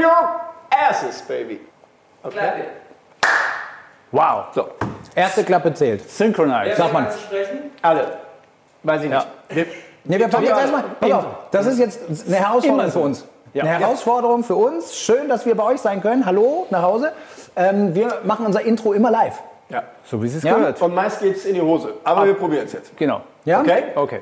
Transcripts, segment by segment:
your asses, baby. Okay. Wow. So. Erste Klappe zählt. Synchronized. Sagt man. Alle. Weiß ich nicht. Ne, wir fangen jetzt erstmal. Pass auf, das ist jetzt eine Herausforderung Immer so. für uns. Ja. Eine Herausforderung für uns. Schön, dass wir bei euch sein können. Hallo, nach Hause. Wir machen unser Intro immer live. Ja. So wie es Ja. gehört. Und meist geht's in die Hose. Aber wir probieren es jetzt. Genau. Ja? Okay? Okay.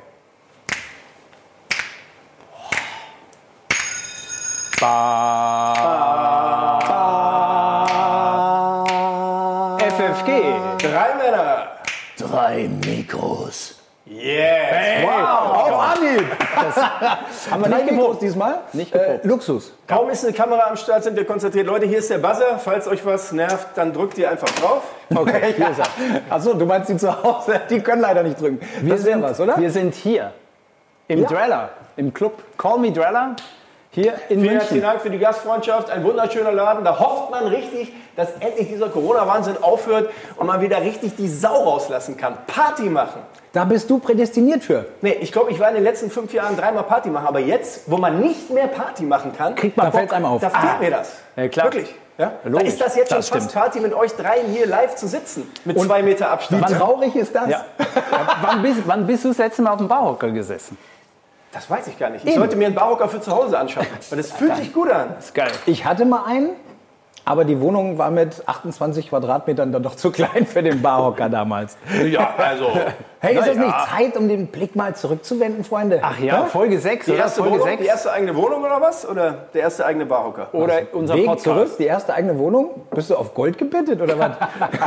FFG. 3 Männer. 3 Mikros. Yes. Wow, auf Anhieb. Haben wir nicht geprobt diesmal? Nicht geprobt. Luxus. Kaum ist eine Kamera am Start, sind wir konzentriert. Leute, hier ist der Buzzer. Falls euch was nervt, dann drückt ihr einfach drauf. Okay, hier ist er. Achso, du meinst die zu Hause? Die können leider nicht drücken. Das wäre was, oder? Wir sind hier im Ja. Dreller, im Club Call Me Dreller, hier in Vielen herzlichen München. Dank für die Gastfreundschaft. Ein wunderschöner Laden. Da hofft man richtig, dass endlich dieser Corona-Wahnsinn aufhört und man wieder richtig die Sau rauslassen kann. Party machen. Da bist du prädestiniert für. Nee, ich glaube, ich war in den letzten 5 Jahren 3-mal Party machen. Aber jetzt, wo man nicht mehr Party machen kann, Kriegt man, da fällt es einem auf. da fehlt mir das. Ja, klar. Wirklich. Ja? Da Logisch. ist das jetzt schon Das fast stimmt. Party, mit euch dreien hier live zu sitzen. Mit 2 Meter Abstand. Wie traurig ist das? Ja. Wann bist du das letzte Mal auf dem Barhocker gesessen? Das weiß ich gar nicht. Ich sollte mir einen Barhocker für zu Hause anschaffen. Weil das fühlt sich gut an. Das ist geil. Ich hatte mal einen, aber die Wohnung war mit 28 Quadratmetern dann doch zu klein für den Barhocker damals. Ja, also. Hey, ist Na das ja. nicht Zeit, um den Blick mal zurückzuwenden, Freunde? Ach ja, Folge 6 Die oder erste Folge Wohnung, 6? die erste eigene Wohnung oder was? Oder der erste eigene Barhocker? Oder unser Weg Podcast. zurück, die erste eigene Wohnung? Bist du auf Gold gebettet oder was?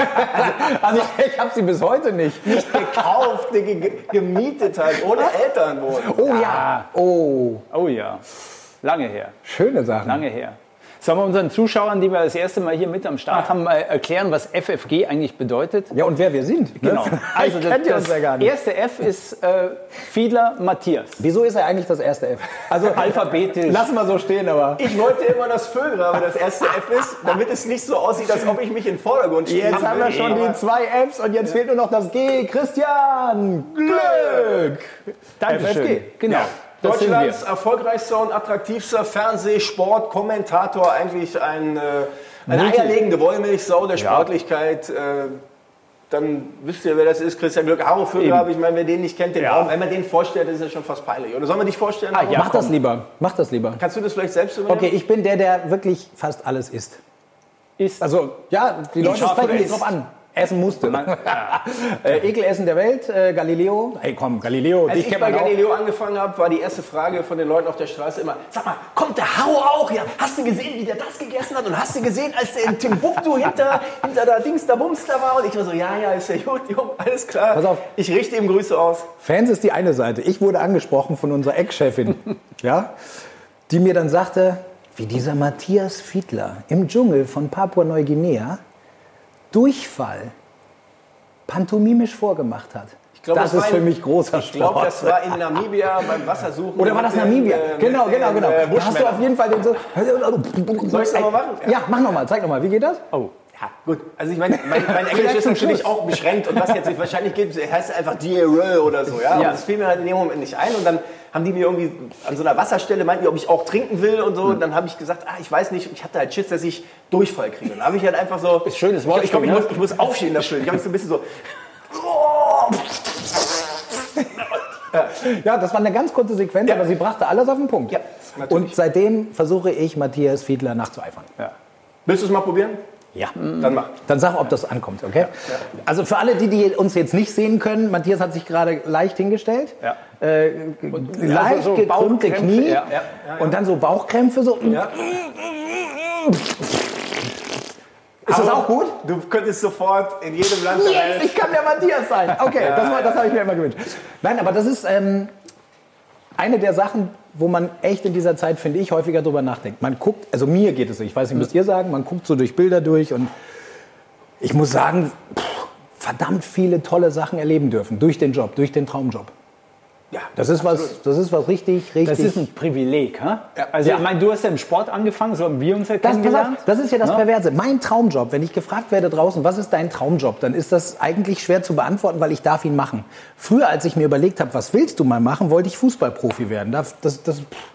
also ich habe sie bis heute nicht. Nicht gekauft, gemietet halt, ohne Eltern wohnen. Oh ja. Oh, Oh ja, lange her, schöne Sachen. lange her. Sollen wir unseren Zuschauern, die wir das erste Mal hier mit am Start haben, mal erklären, was FFG eigentlich bedeutet? Ja, und wer wir sind. ne? Genau. Also Kennt ihr uns ja gar nicht. erste F ist Fiedler Matthias. Wieso ist er eigentlich das erste F? Also Alphabetisch. lassen wir so stehen, aber... Ich wollte immer, dass Vögelrabe das erste F ist, damit es nicht so aussieht, als ob ich mich in den Vordergrund spiele. Jetzt haben wir schon die 2 Fs und jetzt fehlt nur noch das G. Christian Glück. Dankeschön. FFG. Genau. Das sind Deutschlands wir. erfolgreichster und attraktivster Fernseh-Sport-Kommentator, eigentlich eine eierlegende Wollmilchsau der Sportlichkeit. Dann wisst ihr, wer das ist, Christian Glück. Haro Vögelrabe, ich meine, wer den nicht kennt, den Raum, wenn man den vorstellt, ist ja schon fast peinlich. Oder sollen wir dich vorstellen? Haro? Mach das lieber. Mach das lieber. Kannst du das vielleicht selbst übernehmen? Okay, ich bin der wirklich fast alles isst. Ist Also, ja, die Leute scharfe sprechen mich isst. drauf an. Essen musste. Ekelessen der Welt, Galileo. Hey komm, Galileo, Als dich ich kennt bei man auch. Galileo angefangen habe, war die erste Frage von den Leuten auf der Straße immer: Sag mal, kommt der Haro auch? Ja, hast du gesehen, wie der das gegessen hat? Und hast du gesehen, als der in Timbuktu hinter der Dings da Bums da war? Und ich war so: Ja, ist ja gut, jo, alles klar. Pass auf. Ich richte ihm Grüße aus. Fans ist die eine Seite. Ich wurde angesprochen von unserer Ex-Chefin, ja, die mir dann sagte, wie dieser Matthias Fiedler im Dschungel von Papua-Neuguinea Durchfall pantomimisch vorgemacht hat. glaub, das das ist war für in- mich großer Ich glaube, Sport. das war in Namibia beim Wassersuchen. Oder war das mit den, Namibia? Genau. mit den, Da hast du Buschmännern. auf jeden Fall den so... Soll ich's noch mal machen? Ja, mach nochmal, zeig nochmal, wie geht das? Oh. Ja, gut. Also ich meine, mein Englisch ist zum natürlich Schluss. auch beschränkt und was jetzt nicht wahrscheinlich geht, heißt einfach DRL oder so, ja. Und Ja. das fiel mir halt in dem Moment nicht ein und dann haben die mir irgendwie an so einer Wasserstelle meinten, ob ich auch trinken will und so. Und dann habe ich gesagt, ich weiß nicht, ich hatte halt Schiss, dass ich Durchfall kriege. Und dann habe ich halt einfach so... Ist schönes Ich glaube, Wortspiel, ich muss aufstehen dafür. Ich habe so ein bisschen so... Ja, das war eine ganz kurze Sequenz, Ja. aber sie brachte alles auf den Punkt. Ja, natürlich. Und seitdem versuche ich, Matthias Fiedler nachzueifern. Willst du es mal probieren? Ja. Dann mach. Dann sag, ob das ankommt, okay? Also für alle, die uns jetzt nicht sehen können, Matthias hat sich gerade leicht hingestellt. Ja. Leicht so gekrümmte Bauchkrämpfe, Knie ja. und dann so Bauchkrämpfe. So. Ja. Ist das auch gut? Du könntest sofort in jedem Land der Yes, Welt... ich kann der Matthias sein. Okay, das habe ich mir immer gewünscht. Nein, aber das ist eine der Sachen, wo man echt in dieser Zeit, finde ich, häufiger drüber nachdenkt. Man guckt, also mir geht es so, ich weiß nicht, müsst ihr sagen, man guckt so durch Bilder durch und ich muss sagen, verdammt viele tolle Sachen erleben dürfen. Durch den Job, durch den Traumjob. Ja, Das ist was richtig. Das ist ein Privileg, ha? Also ich meine, du hast ja im Sport angefangen, so haben wir uns ja Das, pass auf, kennengelernt. das ist ja das Perverse. Mein Traumjob, wenn ich gefragt werde draußen, was ist dein Traumjob, dann ist das eigentlich schwer zu beantworten, weil ich darf ihn machen. Früher, als ich mir überlegt habe, was willst du mal machen, wollte ich Fußballprofi werden. Das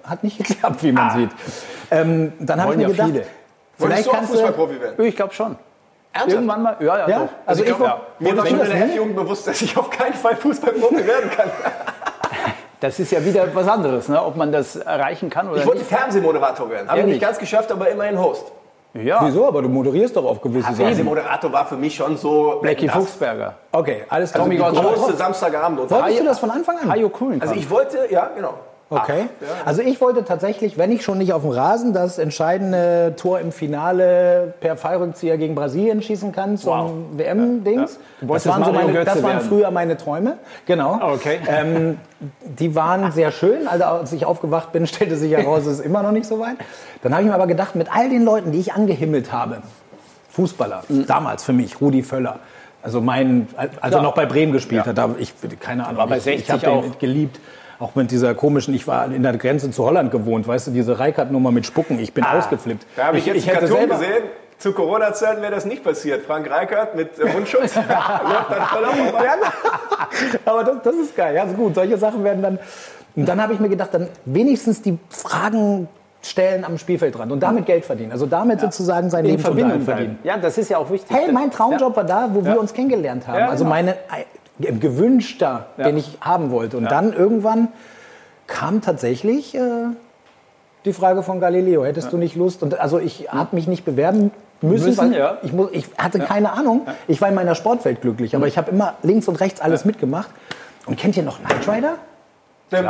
hat nicht geklappt, wie man sieht. Dann habe ich mir gedacht, viele. Wolltest du auch Fußballprofi werden? Ich glaube schon. Ernsthaft? Irgendwann mal, ja, Ja? doch. Also ich Mir war schon in der F-Jugend bewusst, dass ich auf keinen Fall Fußballprofi werden kann. Das ist ja wieder was anderes, ne? Ob man das erreichen kann oder Ich wollte nicht. Fernsehmoderator werden. Habe ich Ehrlich? nicht ganz geschafft, aber immerhin Host. Ja, Wieso? Aber du moderierst doch auf gewisse Sachen. Fernsehmoderator war für mich schon so... Blackie das Fuchsberger. Okay, alles klar. Also die Also, große Samstagabend. Und wolltest du das von Anfang an? Hajo Kuhn. Also ich wollte, ja, genau. Okay. Also ich wollte tatsächlich, wenn ich schon nicht auf dem Rasen das entscheidende Tor im Finale per Fallrückzieher gegen Brasilien schießen kann zum WM-Dings. Du Das wolltest waren, so Mario meine, Götze das waren werden. früher meine Träume. Genau. Okay. Die waren sehr schön. Also als ich aufgewacht bin, stellte sich heraus, es ist immer noch nicht so weit. Dann habe ich mir aber gedacht, mit all den Leuten, die ich angehimmelt habe, Fußballer, damals für mich, Rudi Völler, also noch bei Bremen gespielt hat, da keine Ahnung, bei ich 60 habe auch. den geliebt. Auch mit dieser komischen, ich war in der Grenze zu Holland gewohnt, weißt du, diese Reikart-Nummer mit Spucken, ich bin ausgeflippt. Da habe ich jetzt einen hätte Cartoon selber- gesehen. Zu Corona-Zeiten wäre das nicht passiert. Frank Reichardt mit Mundschutz läuft dann voll auf. Aber das ist geil. Ja, also gut, solche Sachen werden dann... Und dann habe ich mir gedacht, dann wenigstens die Fragen stellen am Spielfeldrand und damit Geld verdienen. Also damit sozusagen sein in Lebensunterhalt Verbindung verdienen. bleiben. Ja, das ist ja auch wichtig. Hey, mein Traumjob war da, wo wir uns kennengelernt haben. Ja, Also genau. meine gewünschter, den ich haben wollte. Und dann irgendwann kam tatsächlich die Frage von Galileo. Hättest du nicht Lust? Und also ich habe mich nicht bewerben müssen, weil ja. ich hatte keine Ahnung. Ich war in meiner Sportwelt glücklich, aber ich habe immer links und rechts alles mitgemacht. Und kennt ihr noch Knight Rider? Hey,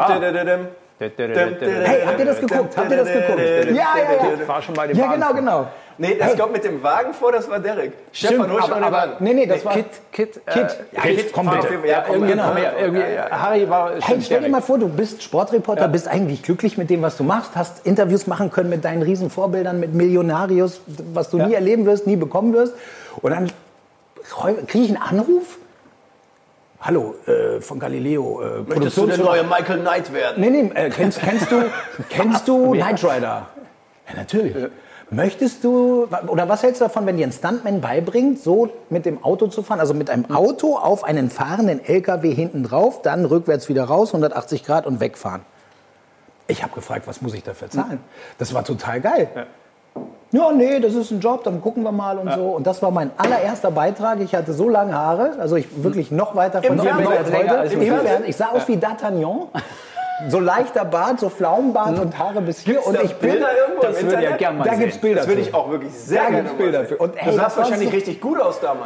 habt ihr das geguckt? Habt ihr das geguckt? Ja. Ich war schon bei dem Ja, Wagen. genau. Nee, das kommt mit dem Wagen vor, das war Derek. Stefan Husch und der Wagen. Nee, das war... Kit. Ja, komm bitte. Ja, komm, Irgendwie, genau. Harry war Hey, stell dir mal vor, du bist Sportreporter, bist eigentlich glücklich mit dem, was du machst, hast Interviews machen können mit deinen riesen Vorbildern, mit Millionarios, was du nie erleben wirst, nie bekommen wirst. Und dann kriege ich einen Anruf. Hallo, von Galileo. Möchtest du der neue Michael Knight werden? Nee, kennst du Knight Rider? Ja, natürlich. Möchtest du, oder was hältst du davon, wenn dir ein Stuntman beibringt, so mit dem Auto zu fahren, also mit einem Auto auf einen fahrenden LKW hinten drauf, dann rückwärts wieder raus, 180 Grad und wegfahren? Ich habe gefragt, was muss ich dafür zahlen? Das war total geil. Ja, nee, das ist ein Job, dann gucken wir mal und so. Und das war mein allererster Beitrag. Ich hatte so lange Haare, also ich wirklich noch weiter von Im dir weg Fernsehen? als Länger heute. als im Im Fernsehen? Fernsehen. Ich sah aus wie D'Artagnan. So leichter Bart, so Pflaumenbart und Haare bis hier. Und ich bin... Bilder irgendwo im Das würde ich ja Internet? gern mal Da sehen. gibt's Bilder Das würde zu. ich auch wirklich sehr Da gerne gibt's mal Bilder sehen. für. Und, Du ey, sahst das war wahrscheinlich so- richtig gut aus damals.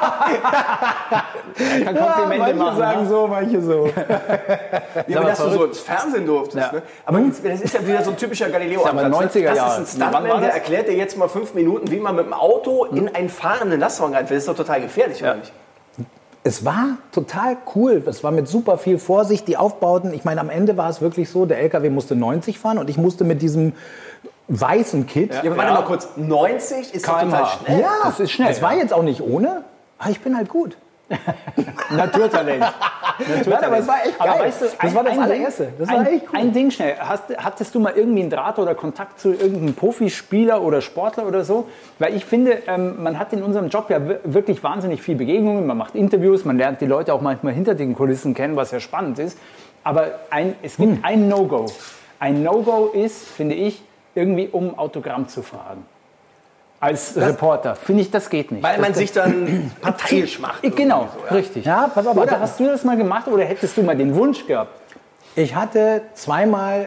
Kann Ja, Komplimente manche machen. sagen ne? so, manche so. Ja, aber dass du so ins Fernsehen durftest. Ja. Ne? Aber das ist ja wieder so ein typischer Galileo. aber 90er Jahre. Das ist ein Wann war Stuntman, der das? erklärt dir jetzt mal 5 Minuten, wie man mit dem Auto in einen fahrenden Lastwagen reinfährt. Das ist doch total gefährlich, oder nicht? Es war total cool. Es war mit super viel Vorsicht, die Aufbauten. Ich meine, am Ende war es wirklich so, der LKW musste 90 fahren und ich musste mit diesem weißen Kit. Ja, aber warte mal kurz, 90 ist doch km/h. total schnell. Ja, Das ist schnell, Es war ja. jetzt auch nicht ohne, aber ich bin halt gut. Naturtalent. Nein, aber es war echt geil. Aber weißt du, das war das Ding- allererste. Das war echt cool. Ein Ding schnell. Hattest du mal irgendwie einen Draht oder Kontakt zu irgendeinem Profispieler oder Sportler oder so? Weil ich finde, man hat in unserem Job ja wirklich wahnsinnig viel Begegnungen. Man macht Interviews, man lernt die Leute auch manchmal hinter den Kulissen kennen, was ja spannend ist. Aber es gibt ein No-Go. Ein No-Go ist, finde ich, irgendwie um Autogramm zu fragen. Als Reporter. Finde ich, das geht nicht. Weil man Das- sich dann parteiisch macht. Genau, irgendwie so, ja. richtig. Ja, pass auf. Oder hast du das mal gemacht oder hättest du mal den Wunsch gehabt? Ich hatte zweimal,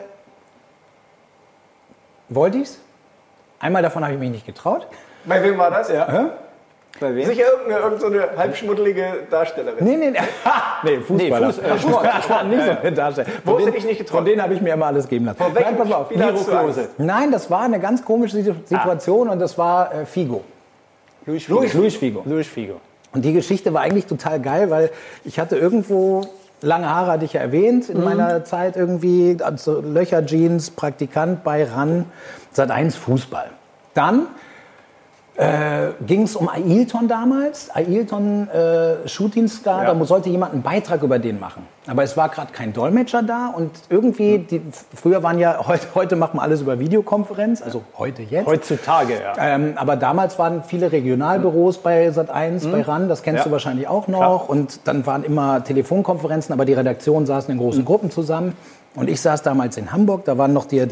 wollte ich's? Einmal davon habe ich mich nicht getraut. Bei wem war das? Ja. Bei wem? Sicher irgendeine so eine halbschmuddelige Darstellerin. Nee, Fußballer. Sport, nicht so eine Darstellung. Wo hast du dich nicht getraut? Von denen habe ich mir immer alles geben lassen. Vor welchem Nein, pass auf. Spieler hast du Miro Angst? Klose. Nein, das war eine ganz komische Situation und das war Figo. Luis Figo. Luis Figo. Und die Geschichte war eigentlich total geil, weil ich hatte irgendwo, lange Haare hatte ich ja erwähnt, in meiner Zeit irgendwie, also Löcher-Jeans, Praktikant bei RAN, Sat.1 Fußball. Dann ging es um Ailton damals, Ailton Shootingstar, da sollte jemand einen Beitrag über den machen. Aber es war gerade kein Dolmetscher da und irgendwie, früher waren ja, heute macht man alles über Videokonferenz, also heute jetzt. Heutzutage, ja. Aber damals waren viele Regionalbüros bei Sat.1, bei RAN, das kennst Ja. du wahrscheinlich auch noch. Klar. Und dann waren immer Telefonkonferenzen, aber die Redaktionen saßen in großen Gruppen zusammen. Und ich saß damals in Hamburg, da war noch die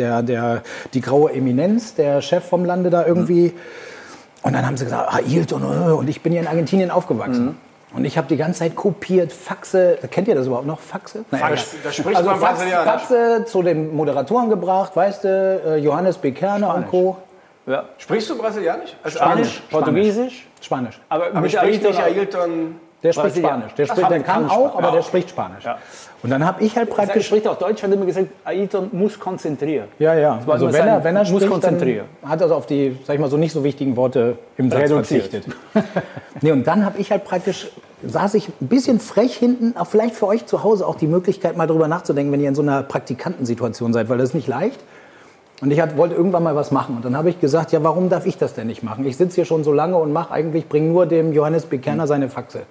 graue Eminenz, der Chef vom Lande da irgendwie. Und dann haben sie gesagt, Ailton, und ich bin hier in Argentinien aufgewachsen. Und ich habe die ganze Zeit kopiert, Faxe, kennt ihr das überhaupt noch, Faxe? Fax, da spricht also man Brasilianisch. Faxe zu den Moderatoren gebracht, weißt du, Johannes B. Kerner und Co. Ja. Sprichst du Brasilianisch? Also Spanisch, Portugiesisch? Spanisch. aber spricht nicht Ailton... Der spricht Spanisch. Der kann auch, aber der spricht Spanisch. Ja. Und dann habe ich halt Er praktisch... spricht auch Deutsch, hat immer gesagt, Ailton muss konzentrieren. Ja. war Also immer wenn sein- er muss spricht, konzentrieren. dann hat er auf die, sag ich mal, so nicht so wichtigen Worte im Satz Reduziert. verzichtet. Nee, und dann habe ich halt praktisch, saß ich ein bisschen frech hinten, auch vielleicht für euch zu Hause auch die Möglichkeit, mal drüber nachzudenken, wenn ihr in so einer Praktikantensituation seid, weil das ist nicht leicht. Und ich wollte irgendwann mal was machen. Und dann habe ich gesagt, ja, warum darf ich das denn nicht machen? Ich sitze hier schon so lange und bringe nur dem Johannes B. Kerner seine Faxe.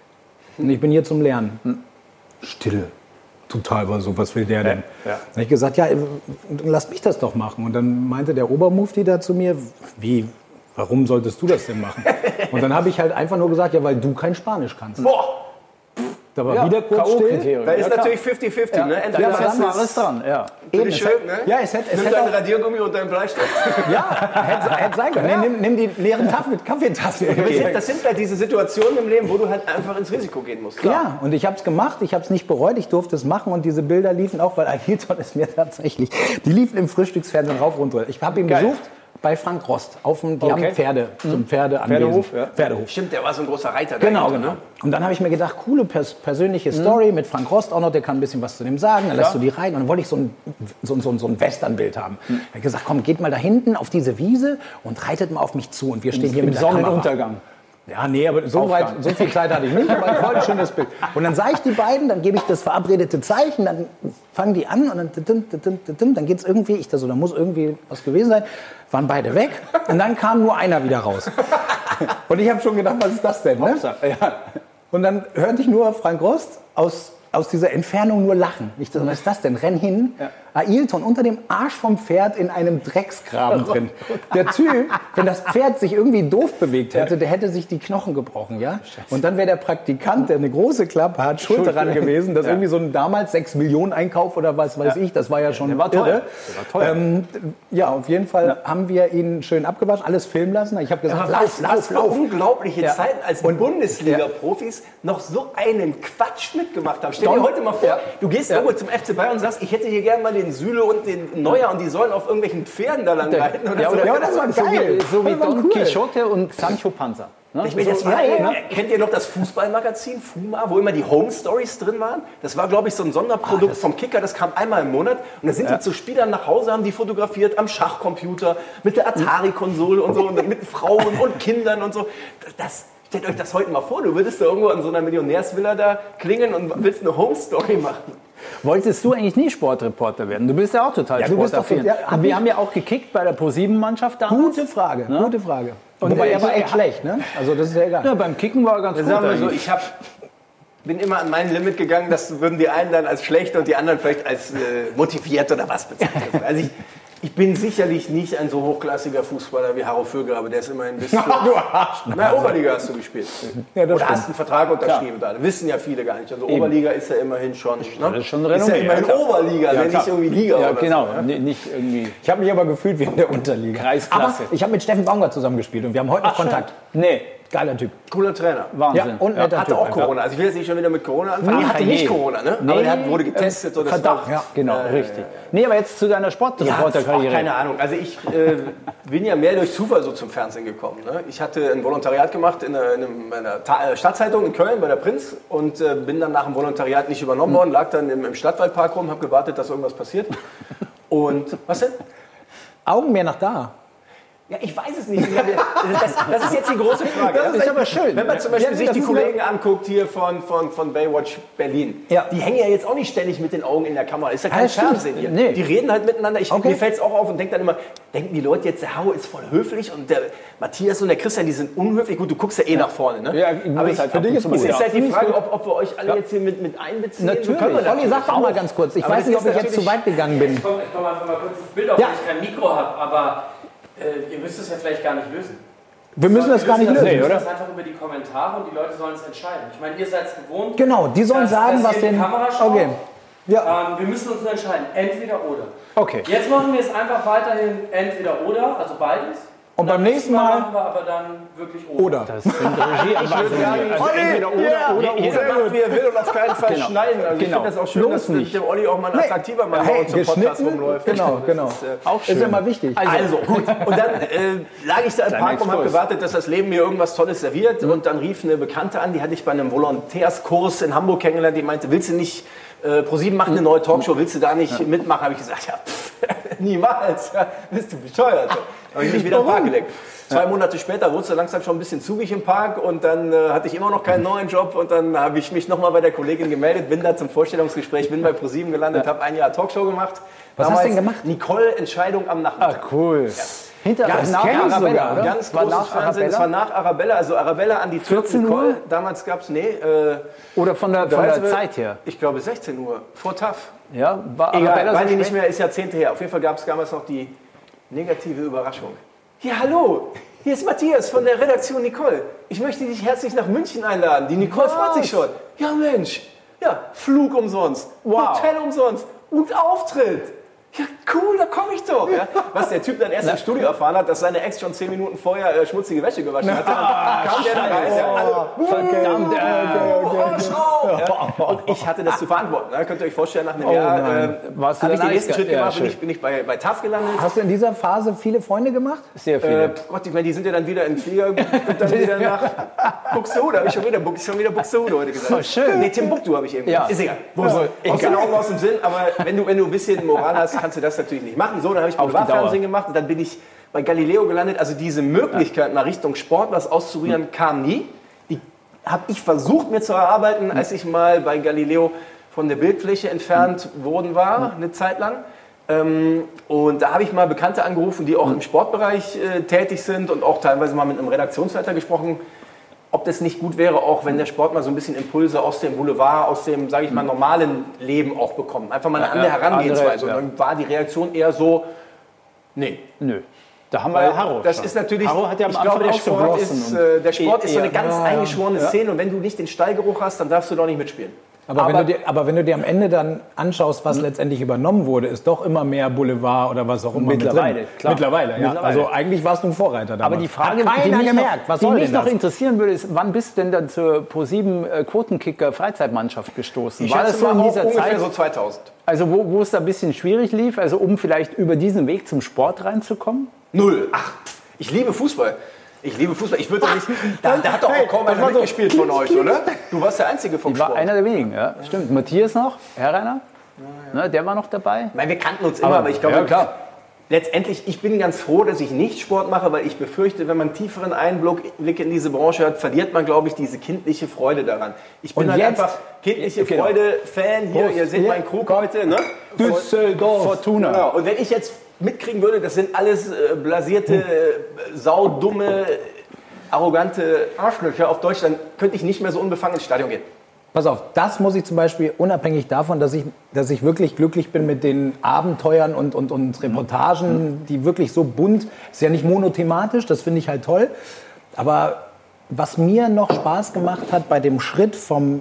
Und ich bin hier zum Lernen. Stille. Total, was will der denn? Ja. Dann habe ich gesagt, ja, lass mich das doch machen. Und dann meinte der Obermufti da zu mir, wie, warum solltest du das denn machen? Und dann habe ich halt einfach nur gesagt, ja, weil du kein Spanisch kannst. Boah, Da war wieder kurz still. K.O.-Kriterium. da ist klar. natürlich 50-50, ne? Entweder Ja, fest mal ist- alles dran, ja. Bitte es schön, hätte- ne? ja, es hätte Nimm auch- dein Radiergummi und deinen Bleistift. Ja, hätte sein können. Nee, nimm die leeren Kaffeetassen. Das sind halt diese Situationen im Leben, wo du halt einfach ins Risiko gehen musst. Ja, und ich habe es gemacht, ich habe es nicht bereut, ich durfte es machen und diese Bilder liefen auch, weil Ailton ist mir tatsächlich, die liefen im Frühstücksfernsehen rauf runter. Ich habe ihn besucht bei Frank Rost, die haben Pferde, so ein Pferdehof, ja. Pferdehof. Stimmt, der war so ein großer Reiter. Genau, dahinter, genau. ne? Und dann habe ich mir gedacht, coole persönliche Story mit Frank Rost auch noch, der kann ein bisschen was zu dem sagen, dann lässt du die rein. Und dann wollte ich so ein Westernbild haben. Ich habe gesagt, komm, geht mal da hinten auf diese Wiese und reitet mal auf mich zu. Und wir stehen hier Im mit der Kamera. Sonnenuntergang. Ja, nee, aber so viel Zeit hatte ich nicht, aber ich wollte ein schönes Bild. Und dann sah ich die beiden, dann gebe ich das verabredete Zeichen, dann fangen die an und dann geht es irgendwie, da muss irgendwie was gewesen sein, waren beide weg und dann kam nur einer wieder raus. Und ich habe schon gedacht, was ist das denn? Ne? Ja. Und dann hörte ich nur Frank Rost aus dieser Entfernung nur lachen. Ich dachte, was ist das denn? Renn hin. Ja. Ailton unter dem Arsch vom Pferd in einem Drecksgraben drin. Der Typ, wenn das Pferd sich irgendwie doof bewegt hätte, der hätte sich die Knochen gebrochen. Ja? Und dann wäre der Praktikant, der eine große Klappe hat, schuld daran gewesen, dass irgendwie so ein damals 6 Millionen Einkauf oder was weiß ich, das war ja schon war teuer. irre. Ja, auf jeden Fall haben wir ihn schön abgewaschen, alles filmen lassen. Ich habe gesagt, Was für unglaubliche Ja. Zeiten, als Bundesliga-Profis noch so einen Quatsch mitgemacht haben. Stell dir heute mal vor, du gehst irgendwo zum FC Bayern und sagst, ich hätte hier gerne mal den Süle und den Neuer und die sollen auf irgendwelchen Pferden da lang reiten. Oder so. Ja, das war geil. So wie Das war Don cool. Quixote und Sancho Panza. Ne? Ich meine, das war, kennt ihr noch das Fußballmagazin Fuma, wo immer die Home Stories drin waren? Das war, glaube ich, so ein Sonderprodukt vom Kicker, das kam einmal im Monat. Und da sind die zu Spielern nach Hause, haben die fotografiert am Schachcomputer, mit der Atari-Konsole und so, und mit Frauen und Kindern und so. Stellt euch das heute mal vor, du würdest da irgendwo an so einer Millionärsvilla da klingeln und willst eine Home Story machen. Wolltest du eigentlich nie Sportreporter werden? Du bist ja auch total Ja, du bist doch- sportaffin. ja, Und wir haben ja auch gekickt bei der ProSieben-Mannschaft damals. Gute Frage, Ne? gute Frage. Wobei er war echt schlecht, ne? Also das ist ja egal. Ja, beim Kicken war er ganz gut. Sagen wir so, eigentlich. bin immer an mein Limit gegangen, das würden die einen dann als schlecht und die anderen vielleicht als motiviert oder was bezeichnen. Also ich bin sicherlich nicht ein so hochklassiger Fußballer wie Harro Vögel, aber der ist immerhin bis Du Arsch. Na, Oberliga hast du gespielt. Ja, das Oder stimmt. hast einen Vertrag unterschrieben da. Das wissen ja viele gar nicht. Also Oberliga ist ja immerhin schon. Ne? Das ist schon ist ja renommiert, immerhin ja, klar. Oberliga, Ja, wenn klar. nicht irgendwie Liga Ja, oder genau. so. Ja? Nicht irgendwie Ich habe mich aber gefühlt wie in der Unterliga. Kreisklasse. Aber ich habe mit Steffen Baumgart zusammengespielt und wir haben heute noch Kontakt. Nee, Geiler Typ. Cooler Trainer. Wahnsinn. Ja, und netter Hatte Typ auch einfach. Corona. Also ich will jetzt nicht schon wieder mit Corona anfangen. Er hatte Ach, nicht je. Corona, ne? Nee, Aber er wurde getestet. Und das Verdacht. war- Ja, genau, richtig. Nee, aber jetzt zu deiner Ja, Sportreporterkarriere. keine Ahnung. Also ich bin ja mehr durch Zufall so zum Fernsehen gekommen. Ne? Ich hatte ein Volontariat gemacht in einer Stadtzeitung in Köln bei der Prinz und bin dann nach dem Volontariat nicht übernommen worden, lag dann im Stadtwaldpark rum, habe gewartet, dass irgendwas passiert. Und was denn? Augen mehr nach da. Ja, ich weiß es nicht. Das ist jetzt die große Frage. Das ist aber schön. Wenn man zum Beispiel Ja, sich das die ist Kollegen anguckt hier von Baywatch Berlin, Ja. die hängen ja jetzt auch nicht ständig mit den Augen in der Kamera. Ist ja kein Ja, stimmt. Fernsehen hier. Nee. Die reden halt miteinander. Okay. Mir fällt es auch auf und denke dann immer, denken die Leute jetzt, der Hau ist voll höflich und der Matthias und der Christian, die sind unhöflich. Gut, du guckst ja eh nach vorne. Ne? Ja, aber ist halt für ab und dich zu ist mal, halt die ja. Frage, ob wir euch alle jetzt hier mit einbeziehen. Natürlich. Können wir Olli, sag doch mal ganz kurz. Ich Aber weiß das nicht, ob ist ich jetzt zu natürlich- weit gegangen bin. Ich komme einfach mal kurz ins Bild, auch Ja. wenn ich kein Mikro habe, aber ihr müsst es ja vielleicht gar nicht lösen. Wir müssen das gar nicht lösen. Wir müssen das einfach über die Kommentare und die Leute sollen es entscheiden. Ich meine, ihr seid es gewohnt. Genau, die sollen dass- sagen, dass was ihr in die den... Kamera schaut. Okay. Ja. Wir müssen uns nur entscheiden, entweder oder. Okay. Jetzt machen wir es einfach weiterhin entweder oder, also beides. Und beim nächsten Mal machen wir aber dann wirklich oder. Das sind Regieanweisungen. Also entweder oder. Jeder macht, wie er will und auf keinen Fall schneiden. Also ich finde das auch schön, dass mit dem Olli auch mal ein attraktiver Mann bei uns im Podcast rumläuft. Genau. Auch schön. Ist ja mal wichtig. Also gut. Und dann lag ich da im Park und habe gewartet, dass das Leben mir irgendwas Tolles serviert. Und dann rief eine Bekannte an, die hatte ich bei einem Volontärskurs in Hamburg kennengelernt. Die meinte, willst du nicht, ProSieben macht eine neue Talkshow, willst du da nicht mitmachen? Habe ich gesagt, ja, niemals. Ja, bist du bescheuert. Habe ich mich wieder im Park gelegt. 2 Monate später wurde es langsam schon ein bisschen zugig im Park und dann hatte ich immer noch keinen neuen Job und dann habe ich mich nochmal bei der Kollegin gemeldet, bin da zum Vorstellungsgespräch, bin bei ProSieben gelandet, habe ein Jahr Talkshow gemacht. Was hast du denn gemacht? Nicole, Entscheidung am Nachmittag. Cool. Nach Arabella, oder? Ganz großes Fernsehen. Es war nach Arabella, also Arabella an die 14 Uhr? Nicole. Damals gab es, Oder von der Zeit her? Ich glaube 16 Uhr, vor TAF. Ja, war Egal, Arabella weiß so ich nicht spät? mehr, ist Jahrzehnte her. Auf jeden Fall gab es damals noch die negative Überraschung. Ja, hallo, hier ist Matthias von der Redaktion Nicole. Ich möchte dich herzlich nach München einladen. Die Nicole freut sich schon. Ja, Mensch. Ja, Flug umsonst, Hotel umsonst und Auftritt. Ja, cool, da komme ich doch. Ja. Was der Typ dann erst im Studio erfahren hat, dass seine Ex schon 10 Minuten vorher schmutzige Wäsche gewaschen hatte. Dann kam der da rein. Verdammt. Und ich hatte das zu verantworten. Da könnt ihr euch vorstellen, nach einem Jahr habe ich den nächsten Schritt gemacht, bin ich bei TAF gelandet. Hast du in dieser Phase viele Freunde gemacht? Sehr viele. Gott, ich meine, die sind ja dann wieder im Flieger und dann wieder nach Buxtehude. Habe ich schon wieder Buxtehude heute gesagt. Oh, schön. Nee, Timbuktu habe ich eben Ja. gesagt. Ist egal. Aus den Augen, aus dem Sinn. Aber wenn du ein bisschen Moral hast, kannst du das natürlich nicht machen. So, dann habe ich Privatfernsehen gemacht und dann bin ich bei Galileo gelandet. Also diese Möglichkeit, mal Richtung Sport was auszuprobieren, kam nie. Die habe ich versucht mir zu erarbeiten, als ich mal bei Galileo von der Bildfläche entfernt worden war, eine Zeit lang. Und da habe ich mal Bekannte angerufen, die auch im Sportbereich tätig sind und auch teilweise mal mit einem Redaktionsleiter gesprochen, ob das nicht gut wäre, auch wenn der Sport mal so ein bisschen Impulse aus dem Boulevard, aus dem, sage ich mal, normalen Leben auch bekommt. Einfach mal eine andere Herangehensweise. Und dann war die Reaktion eher so, nee. Nö. Da haben wir ja Harro. Das schon. ist natürlich, Harro hat ja am ich glaube, Anfang der Sport ist so eine ganz eingeschworene Szene und wenn du nicht den Stallgeruch hast, dann darfst du doch nicht mitspielen. Aber wenn du dir am Ende dann anschaust, was letztendlich übernommen wurde, ist doch immer mehr Boulevard oder was auch immer Mittlerweile, mit drin. klar. Mittlerweile. Also eigentlich warst du ein Vorreiter damals. Aber die Frage, Hat die keiner mich, gemerkt. Was die soll mich denn noch das? interessieren würde, ist, wann bist du denn dann zur ProSieben Quotenkicker Freizeitmannschaft gestoßen? Ich War das schätze so in mal auch dieser ungefähr Zeit, so 2000. also wo es da ein bisschen schwierig lief, also um vielleicht über diesen Weg zum Sport reinzukommen? Null. Ach, ich liebe Fußball. Ich würde doch nicht. Da hat doch auch kaum einer mitgespielt von euch, oder? Du warst der Einzige vom Ich war Sport. einer der wenigen, ja. Stimmt. Matthias noch, Herr Rainer, ne, der war noch dabei. Ich meine, wir kannten uns immer, aber ich glaube, ja, klar. letztendlich, ich bin ganz froh, dass ich nicht Sport mache, weil ich befürchte, wenn man einen tieferen Einblick in diese Branche hat, verliert man, glaube ich, diese kindliche Freude daran. Ich bin Und halt jetzt- einfach kindliche Freude-Fan hier. Ihr seht meinen Krug heute, ne? Düsseldorf. Fortuna. Genau. Und wenn ich jetzt mitkriegen würde, das sind alles blasierte, saudumme, arrogante Arschlöcher auf Deutsch, dann könnte ich nicht mehr so unbefangen ins Stadion gehen. Pass auf, das muss ich zum Beispiel, unabhängig davon, dass ich wirklich glücklich bin mit den Abenteuern und Reportagen, die wirklich so bunt, ist ja nicht monothematisch, das finde ich halt toll. Aber was mir noch Spaß gemacht hat bei dem Schritt vom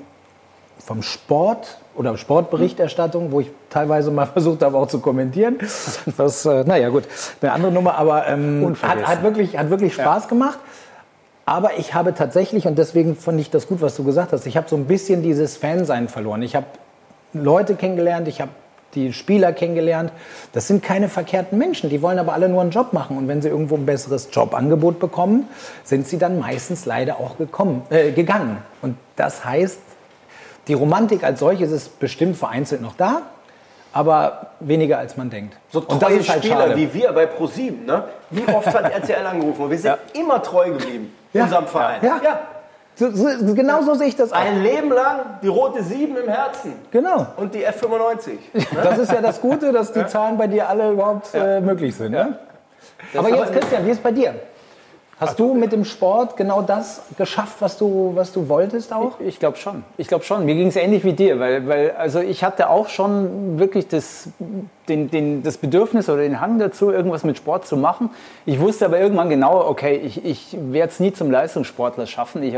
Sport oder Sportberichterstattung, wo ich teilweise mal versucht habe auch zu kommentieren, was, naja gut, eine andere Nummer, aber hat wirklich Spaß gemacht. Aber ich habe tatsächlich, und deswegen fand ich das gut, was du gesagt hast, ich habe so ein bisschen dieses Fansein verloren. Ich habe Leute kennengelernt, ich habe die Spieler kennengelernt. Das sind keine verkehrten Menschen, die wollen aber alle nur einen Job machen. Und wenn sie irgendwo ein besseres Jobangebot bekommen, sind sie dann meistens leider auch gegangen. Und das heißt, die Romantik als solches ist bestimmt vereinzelt noch da, aber weniger als man denkt. So und das treue ist halt Spieler schade. wie wir bei ProSieben, ne? Wie oft hat RTL angerufen und wir sind immer treu geblieben, unserem Verein. Ja. Genau so sehe ich das auch. Ein Leben lang die rote 7 im Herzen Genau. und die F95. Das ist ja das Gute, dass die Zahlen bei dir alle überhaupt möglich sind. Ne? Aber jetzt, Christian, wie ist es bei dir? Hast du mit dem Sport genau das geschafft, was du wolltest auch? Ich glaube schon. Mir ging es ähnlich wie dir, weil also ich hatte auch schon wirklich das Bedürfnis oder den Hang dazu, irgendwas mit Sport zu machen. Ich wusste aber irgendwann genau, okay, ich werde es nie zum Leistungssportler schaffen. Ich habe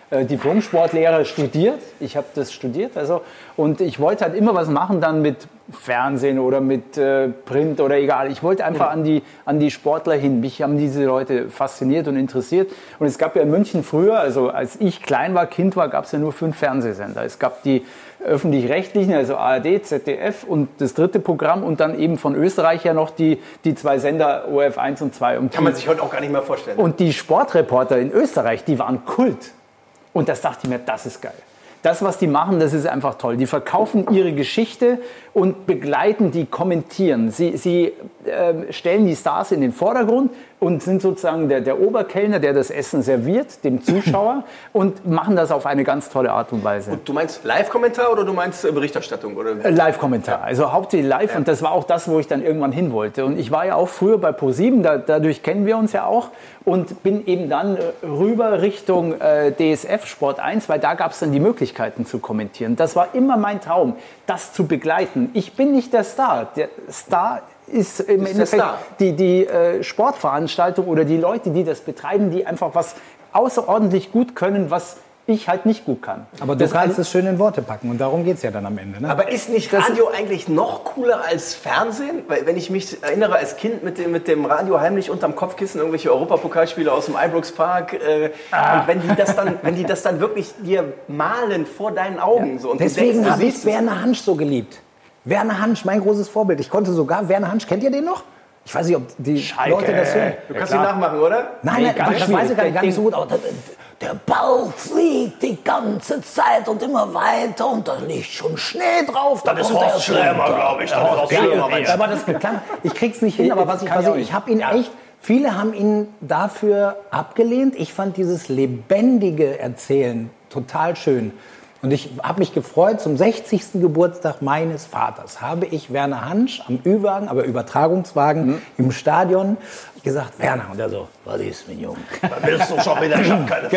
Diplom-Sportlehrer studiert. Ich habe das studiert. Also, und ich wollte halt immer was machen dann mit Fernsehen oder mit Print oder egal. Ich wollte einfach an die Sportler hin. Mich haben diese Leute fasziniert und interessiert. Und es gab ja in München früher, also als ich klein war, Kind war, gab es ja nur 5 Fernsehsender. Es gab die öffentlich-rechtlichen, also ARD, ZDF und das dritte Programm und dann eben von Österreich ja noch die 2 Sender ORF 1 und 2. Und kann man sich heute auch gar nicht mehr vorstellen. Und die Sportreporter in Österreich, die waren Kult. Und das dachte ich mir, das ist geil. Das, was die machen, das ist einfach toll. Die verkaufen ihre Geschichte und begleiten die, kommentieren. Sie stellen die Stars in den Vordergrund und sind sozusagen der Oberkellner, der das Essen serviert, dem Zuschauer und machen das auf eine ganz tolle Art und Weise. Und du meinst Live-Kommentar oder du meinst Berichterstattung? Oder? Live-Kommentar, also hauptsächlich live und das war auch das, wo ich dann irgendwann hin wollte. Und ich war ja auch früher bei ProSieben, dadurch kennen wir uns ja auch und bin eben dann rüber Richtung DSF Sport 1, weil da gab es dann die Möglichkeiten zu kommentieren. Das war immer mein Traum, das zu begleiten. Ich bin nicht der Star. Der Star ist im Endeffekt die Sportveranstaltung oder die Leute, die das betreiben, die einfach was außerordentlich gut können, was ich halt nicht gut kann. Aber du kannst es schön in Worte packen und darum geht es ja dann am Ende. Ne? Aber ist nicht Radio eigentlich noch cooler als Fernsehen? Weil wenn ich mich erinnere als Kind mit dem Radio heimlich unterm Kopfkissen irgendwelche Europapokalspiele aus dem Ibrox Park und wenn die das dann wirklich dir malen vor deinen Augen. So, und deswegen habe ich Werner Hansch so geliebt. Werner Hansch, mein großes Vorbild. Ich konnte sogar Werner Hansch, kennt ihr den noch? Ich weiß nicht, ob die Leute das hören. Du kannst ihn nachmachen, oder? Nein, das weiß ich gar nicht so gut. Aber der Ball fliegt die ganze Zeit und immer weiter und da liegt schon Schnee drauf. Das ist Horst Schlemmer, glaube ich. Aber das klar, ich krieg's nicht hin, aber ich habe ihn echt, viele haben ihn dafür abgelehnt. Ich fand dieses lebendige Erzählen total schön. Und ich habe mich gefreut, zum 60. Geburtstag meines Vaters habe ich Werner Hansch am Ü-Wagen, aber Übertragungswagen im Stadion gesagt, Werner, und er so, was ist, mein Junge? Da willst du schon wieder, ich hab keine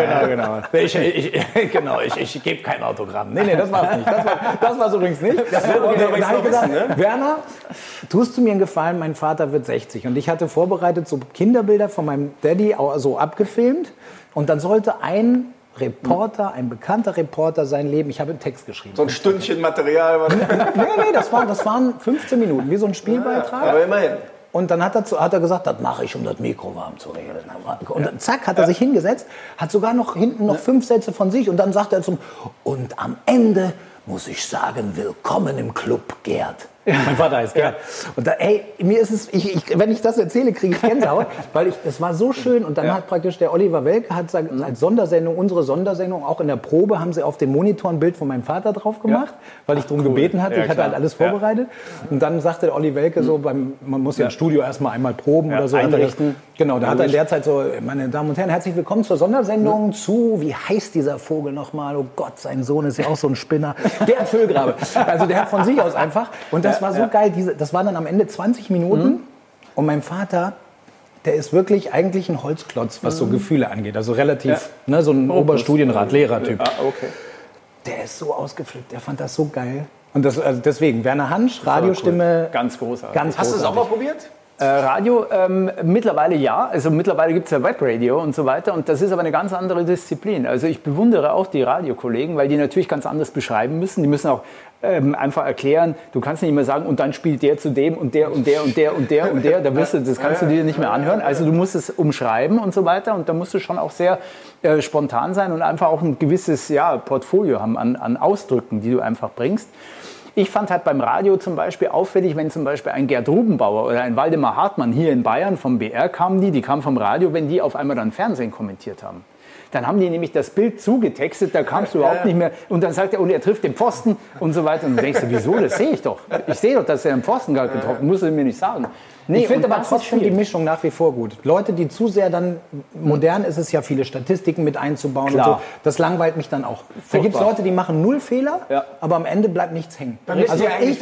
Genau. Ich gebe kein Autogramm. Nee, das war's nicht. Das war's übrigens nicht. Da habe ich gesagt, Werner, tust du mir einen Gefallen, mein Vater wird 60. Und ich hatte vorbereitet so Kinderbilder von meinem Daddy, so abgefilmt. Und dann sollte ein bekannter Reporter sein Leben. Ich habe einen Text geschrieben. So ein Stündchen Material. Nee, das waren 15 Minuten, wie so ein Spielbeitrag. Aber immerhin. Und dann hat er gesagt, das mache ich, um das Mikro warm zu regeln. Und zack, hat er sich hingesetzt, hat sogar noch hinten 5 Sätze von sich und dann sagt er und am Ende muss ich sagen, willkommen im Club, Gerd. Mein Vater heißt Gerd. Und mir ist es, wenn ich das erzähle, kriege ich Gänsehaut, weil es war so schön. Und dann hat praktisch der Oliver Welke als Sondersendung, unsere Sondersendung, auch in der Probe, haben sie auf dem Monitor ein Bild von meinem Vater drauf gemacht, weil ich darum gebeten hatte. Ich hatte halt alles vorbereitet. Und dann sagte der Olli Welke so, man muss ja im Studio erstmal einmal proben oder so. Einrichten. Genau, da hat er in der Zeit so, meine Damen und Herren, herzlich willkommen zur Sondersendung zu, wie heißt dieser Vogel nochmal? Oh Gott, sein Sohn ist ja auch so ein Spinner. Gerd Füllgrabe. Also der hat von sich aus einfach, und das war so geil, das waren dann am Ende 20 Minuten und mein Vater, der ist wirklich eigentlich ein Holzklotz, was so Gefühle angeht, also relativ, so ein Oberstudienrat-Lehrer-Typ. Okay. Der ist so ausgeflippt, der fand das so geil. Und deswegen, Werner Hansch, Radiostimme. Cool. Ganz großartig. Hast du es auch mal probiert? Radio, mittlerweile ja. Also mittlerweile gibt es ja Webradio und so weiter. Und das ist aber eine ganz andere Disziplin. Also ich bewundere auch die Radiokollegen, weil die natürlich ganz anders beschreiben müssen. Die müssen auch einfach erklären, du kannst nicht mehr sagen, und dann spielt der zu dem und der und der und der und der und der. Das kannst du dir nicht mehr anhören. Also du musst es umschreiben und so weiter. Und da musst du schon auch sehr spontan sein und einfach auch ein gewisses Portfolio haben an Ausdrücken, die du einfach bringst. Ich fand halt beim Radio zum Beispiel auffällig, wenn zum Beispiel ein Gerd Rubenbauer oder ein Waldemar Hartmann hier in Bayern vom BR kamen, die kamen vom Radio, wenn die auf einmal dann Fernsehen kommentiert haben. Dann haben die nämlich das Bild zugetextet, da kamst du überhaupt nicht mehr. Und dann sagt er, und er trifft den Pfosten und so weiter. Und du denkst, wieso, das sehe ich doch. Ich sehe doch, dass er den Pfosten gerade getroffen, musst du mir nicht sagen. Nee, ich finde aber trotzdem die Mischung nach wie vor gut. Leute, die zu sehr dann, modern ist es ja, viele Statistiken mit einzubauen und so. Das langweilt mich dann auch. Da gibt es Leute, die machen 0 Fehler, aber am Ende bleibt nichts hängen. Also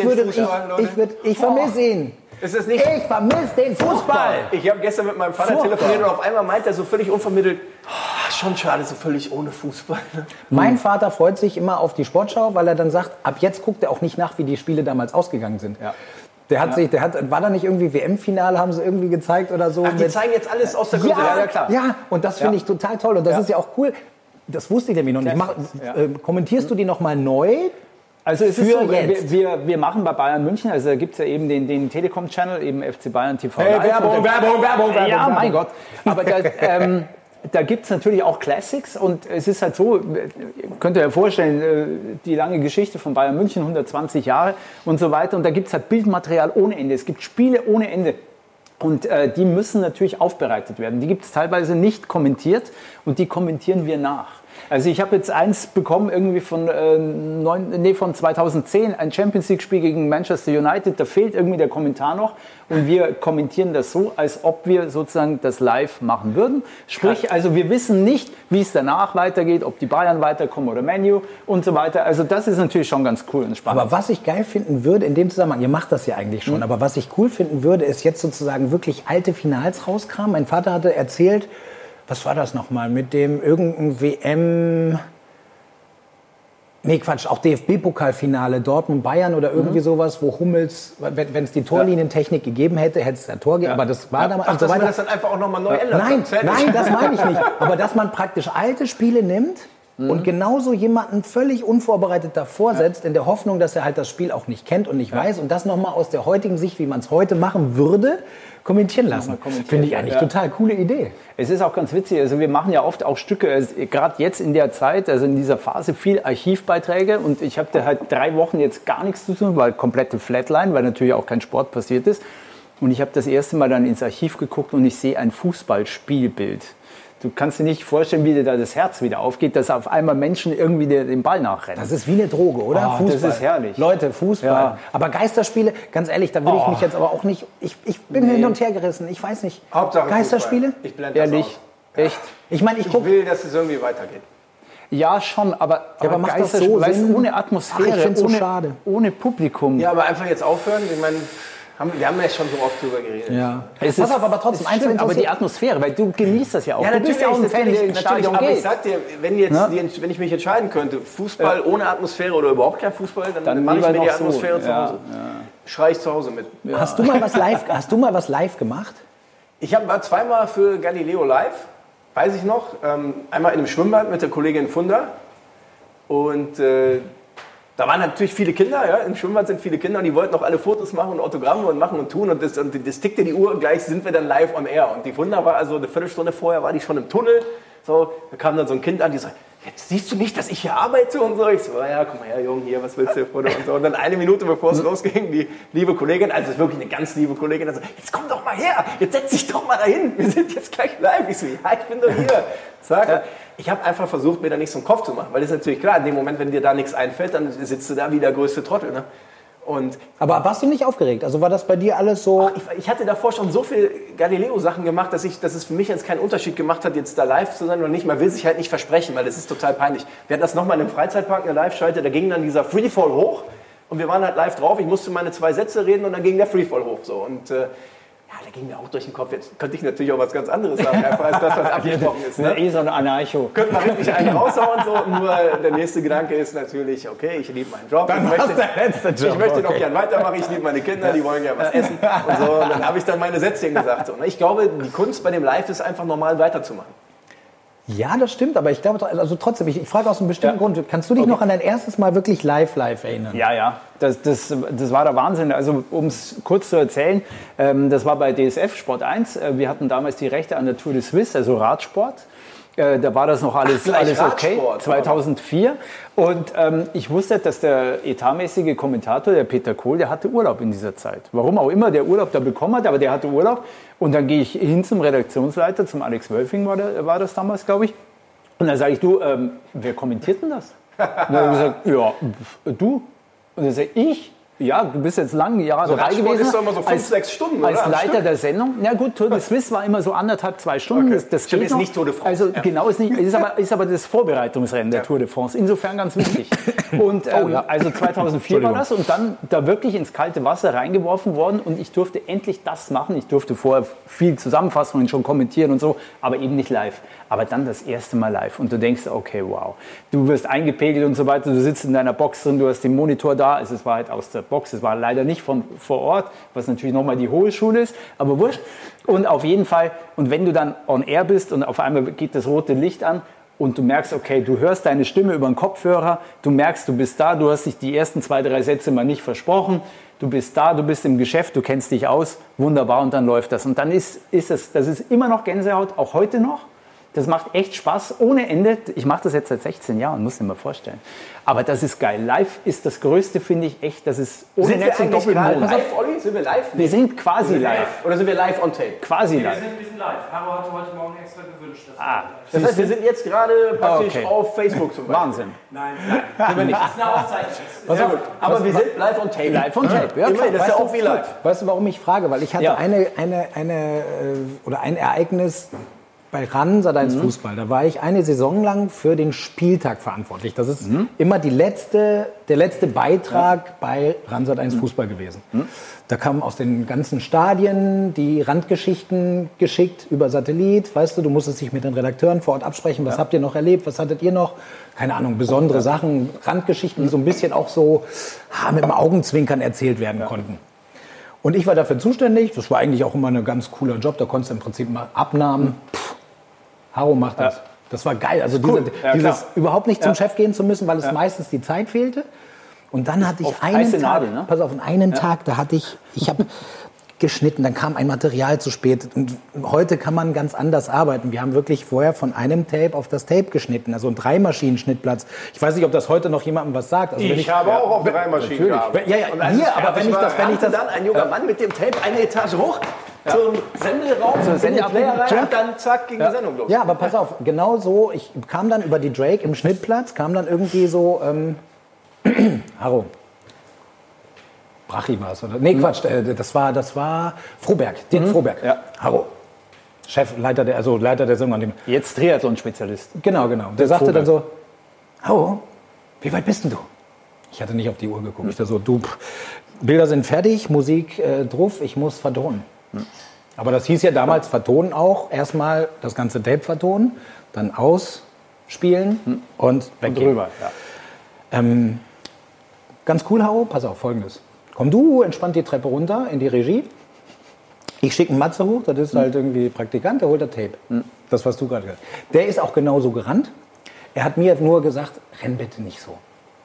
ich vermisse ihn. Ich vermisse den Fußball. Ich habe gestern mit meinem Vater telefoniert und auf einmal meint er so völlig unvermittelt, schon schade, so völlig ohne Fußball. Ne? Mein Vater freut sich immer auf die Sportschau, weil er dann sagt, ab jetzt guckt er auch nicht nach, wie die Spiele damals ausgegangen sind. Ja. War da nicht irgendwie WM-Finale, haben sie irgendwie gezeigt oder so? Ach, die zeigen jetzt alles aus der Kürze. Ja, klar. Ja, und das finde ich total toll und das ist ja auch cool. Das wusste ich nämlich noch nicht. Kommentierst du die nochmal neu? Also es ist so, wir machen bei Bayern München, also da gibt es ja eben den Telekom-Channel, eben FC Bayern TV. Hey, Werbung! Ja, mein Gott. Aber da gibt es natürlich auch Classics und es ist halt so, könnt ihr euch vorstellen, die lange Geschichte von Bayern München, 120 Jahre und so weiter. Und da gibt es halt Bildmaterial ohne Ende, es gibt Spiele ohne Ende. Und die müssen natürlich aufbereitet werden. Die gibt es teilweise nicht kommentiert und die kommentieren wir nach. Also ich habe jetzt eins bekommen, irgendwie von 2010, ein Champions-League-Spiel gegen Manchester United. Da fehlt irgendwie der Kommentar noch. Und wir kommentieren das so, als ob wir sozusagen das live machen würden. Sprich, also wir wissen nicht, wie es danach weitergeht, ob die Bayern weiterkommen oder Man U und so weiter. Also das ist natürlich schon ganz cool und spannend. Aber was ich geil finden würde, in dem Zusammenhang, ihr macht das ja eigentlich schon, aber was ich cool finden würde, ist jetzt sozusagen wirklich alte Finals rauskramen. Mein Vater hatte erzählt, was war das nochmal, mit dem irgendein WM... Nee, Quatsch, auch DFB-Pokalfinale, Dortmund-Bayern oder irgendwie sowas, wo Hummels, wenn es die Torlinientechnik gegeben hätte, hätte es da Tor gegeben, aber das war damals... Ach, dass man das dann einfach auch nochmal neu ändert? Nein, das meine ich nicht. Aber dass man praktisch alte Spiele nimmt und genauso jemanden völlig unvorbereitet davor setzt, in der Hoffnung, dass er halt das Spiel auch nicht kennt und nicht weiß und das nochmal aus der heutigen Sicht, wie man es heute machen würde, kommentieren lassen. Finde ich eigentlich total coole Idee. Es ist auch ganz witzig, also wir machen ja oft auch Stücke, gerade jetzt in der Zeit, also in dieser Phase viel Archivbeiträge und ich habe da halt 3 Wochen jetzt gar nichts zu tun, weil komplette Flatline, weil natürlich auch kein Sport passiert ist. Und ich habe das erste Mal dann ins Archiv geguckt und ich sehe ein Fußballspielbild. Du kannst dir nicht vorstellen, wie dir da das Herz wieder aufgeht, dass auf einmal Menschen irgendwie den Ball nachrennen. Das ist wie eine Droge, oder? Fußball. Das ist herrlich. Leute, Fußball. Ja. Aber Geisterspiele, ganz ehrlich, da will ich mich jetzt aber auch nicht... Ich bin hin und her gerissen, ich weiß nicht. Hauptsache Geisterspiele? Fußball. Ich blende das aus. Echt? Ich meine, ich will, dass es irgendwie weitergeht. Ja, schon, aber macht das so Sinn? Ohne Atmosphäre, ich find's so schade. Ohne Publikum. Ja, aber einfach jetzt aufhören, ich meine... Wir haben ja schon so oft drüber geredet. Ja. Pass auf, aber trotzdem stimmt, aber die Atmosphäre, weil du genießt das ja auch. Ja, du bist ja auch ein Fan, der ins Stadion geht. Aber ich sag dir, wenn ich mich entscheiden könnte, Fußball ohne Atmosphäre oder überhaupt kein Fußball, dann mache ich mir die Atmosphäre zu Hause. Ja. Schreie ich zu Hause mit. Ja. Hast du mal was live gemacht? Ich war zweimal für Galileo live, weiß ich noch. Einmal in einem Schwimmbad mit der Kollegin Funda und... Da waren natürlich viele Kinder, ja, im Schwimmbad sind viele Kinder und die wollten auch alle Fotos machen und Autogramme und machen und tun und das tickte die Uhr und gleich sind wir dann live on air. Und die Funda war also eine Viertelstunde vorher, war die schon im Tunnel, so, da kam dann so ein Kind an, die sagt, jetzt siehst du nicht, dass ich hier arbeite und so. Ich so, ja, komm mal her, Junge, hier, was willst du Foto und so. Und dann 1 Minute bevor es losging, die liebe Kollegin, also ist wirklich eine ganz liebe Kollegin, also, jetzt komm doch mal her, jetzt setz dich doch mal dahin, wir sind jetzt gleich live. Ich so, ja, ich bin doch hier. Zack. Ich habe einfach versucht, mir da nicht so einen Kopf zu machen, weil das ist natürlich klar, in dem Moment, wenn dir da nichts einfällt, dann sitzt du da wie der größte Trottel. Ne? Aber warst du nicht aufgeregt? Also war das bei dir alles so... Ich hatte davor schon so viel Galileo-Sachen gemacht, dass es für mich jetzt keinen Unterschied gemacht hat, jetzt da live zu sein oder nicht. Man will sich halt nicht versprechen, weil das ist total peinlich. Wir hatten das nochmal in einem Freizeitpark, eine Live-Schalte, da ging dann dieser Freefall hoch und wir waren halt live drauf. Ich musste meine 2 Sätze reden und dann ging der Freefall hoch. So. Und da ging mir auch durch den Kopf. Jetzt könnte ich natürlich auch was ganz anderes sagen, einfach als das, was abgesprochen ist. Ne? So ein Anarcho. Könnte man wirklich einen raushauen, so. Nur der nächste Gedanke ist natürlich, okay, ich liebe meinen Job. Ich möchte noch gern weitermachen, ich liebe meine Kinder, die wollen gerne was essen. Und so. Und dann habe ich dann meine Sätzchen gesagt. So. Und ich glaube, die Kunst bei dem Live ist einfach normal weiterzumachen. Ja, das stimmt, aber ich glaube, also trotzdem, ich frage aus einem bestimmten Grund, kannst du dich noch an dein erstes Mal wirklich live erinnern? Ja, das war der Wahnsinn. Also um es kurz zu erzählen, das war bei DSF Sport 1. Wir hatten damals die Rechte an der Tour de Suisse, also Radsport. Da war das noch alles okay, 2004. Und ich wusste, dass der etatmäßige Kommentator, der Peter Kohl, der hatte Urlaub in dieser Zeit. Warum auch immer der Urlaub da bekommen hat, aber der hatte Urlaub. Und dann gehe ich hin zum Redaktionsleiter, zum Alex Wölfing war das damals, glaube ich. Und dann sage ich, du, wer kommentiert denn das? Und dann habe ich gesagt, ja, du. Und dann sage ich, ja, du bist jetzt lange Jahre dabei gewesen. Ist doch immer so 5-6 Stunden, als oder? Leiter der Sendung. Na gut, Tour de Suisse war immer so 1,5-2 Stunden. Okay. Das geht ist nicht Tour de France. Also genau, ist aber das Vorbereitungsrennen der Tour de France. Insofern ganz wichtig. Und also 2004 war das und dann da wirklich ins kalte Wasser reingeworfen worden und ich durfte endlich das machen. Ich durfte vorher viel Zusammenfassungen schon kommentieren und so, aber eben nicht live. Aber dann das erste Mal live und du denkst, okay, wow. Du wirst eingepegelt und so weiter, du sitzt in deiner Box drin, du hast den Monitor da. Also es war halt aus der Box, es war leider nicht vor Ort, was natürlich nochmal die hohe Schule ist, aber wurscht. Und auf jeden Fall, und wenn du dann on air bist und auf einmal geht das rote Licht an und du merkst, okay, du hörst deine Stimme über den Kopfhörer, du merkst, du bist da, du hast dich die ersten 2, 3 Sätze mal nicht versprochen, du bist da, du bist im Geschäft, du kennst dich aus, wunderbar, und dann läuft das. Und dann das ist immer noch Gänsehaut, auch heute noch. Das macht echt Spaß, ohne Ende. Ich mache das jetzt seit 16 Jahren, muss ich mir vorstellen. Aber das ist geil. Live ist das Größte, finde ich echt. Das ist ohne Netz und Doppelmodus. Live, Olli? Sind wir live? Wir sind quasi live. Oder sind wir live on tape? Quasi live. Wir sind live. Haro hatte heute Morgen extra gewünscht. Das heißt, wir sind jetzt gerade praktisch auf Facebook zum Beispiel. Wahnsinn. Nein. Sind wir nicht. Das ist eine Aufzeichnung. Sehr gut. Aber wir sind live on tape. Live on tape. Ja, Immerhin, das ist ja auch wie live. Weißt du, warum ich frage? Weil ich hatte ein Ereignis bei RAN Sat.1 Fußball. Da war ich eine Saison lang für den Spieltag verantwortlich. Das ist immer der letzte Beitrag bei RAN Sat.1 Fußball gewesen. Da kamen aus den ganzen Stadien die Randgeschichten geschickt über Satellit. Weißt du, du musstest dich mit den Redakteuren vor Ort absprechen. Was habt ihr noch erlebt? Was hattet ihr noch? Keine Ahnung, besondere Sachen, Randgeschichten, die so ein bisschen auch so mit dem Augenzwinkern erzählt werden konnten. Und ich war dafür zuständig. Das war eigentlich auch immer ein ganz cooler Job. Da konntest du im Prinzip mal Abnahmen. Haro macht das. Das war geil. Also dieses überhaupt nicht zum Chef gehen zu müssen, weil es meistens die Zeit fehlte. Und dann hatte ich einen Tag, Nadel, ne? pass auf, einen Tag, da hatte ich habe geschnitten, dann kam ein Material zu spät. Und heute kann man ganz anders arbeiten. Wir haben wirklich vorher von einem Tape auf das Tape geschnitten, also ein 3-Maschinen-Schnittplatz. Ich weiß nicht, ob das heute noch jemandem was sagt. Also Ich habe auch auf 3 Maschinen gearbeitet. Ja, aber wenn ich das dann ein junger Mann mit dem Tape eine Etage hoch zum Senderaum, in den Player rein und dann zack, ging die Sendung los. Ja, aber pass auf, genau so, ich kam dann über die Drake im Schnittplatz, kam dann irgendwie so, Haro, Brachi war es, oder? Nee, Quatsch, das war Froberg, Dirk Froberg. Ja. Haro, Chefleiter Leiter der Sendung an dem. Jetzt Triathlon-Spezialist. Genau. Der sagte dann so, Haro, wie weit bist denn du? Ich hatte nicht auf die Uhr geguckt. Ich dachte so, Bilder sind fertig, Musik drauf, ich muss vertonen. Aber das hieß ja damals vertonen auch. Erstmal das ganze Tape vertonen, dann ausspielen und weggehen. Drüber, ja. Ganz cool, Haro, pass auf, Folgendes. Komm du entspannt die Treppe runter in die Regie. Ich schicke einen Matze hoch, das ist halt irgendwie Praktikant, der holt das Tape. Das, was du gerade gesagt hast. Der ist auch genauso gerannt. Er hat mir nur gesagt, renn bitte nicht so.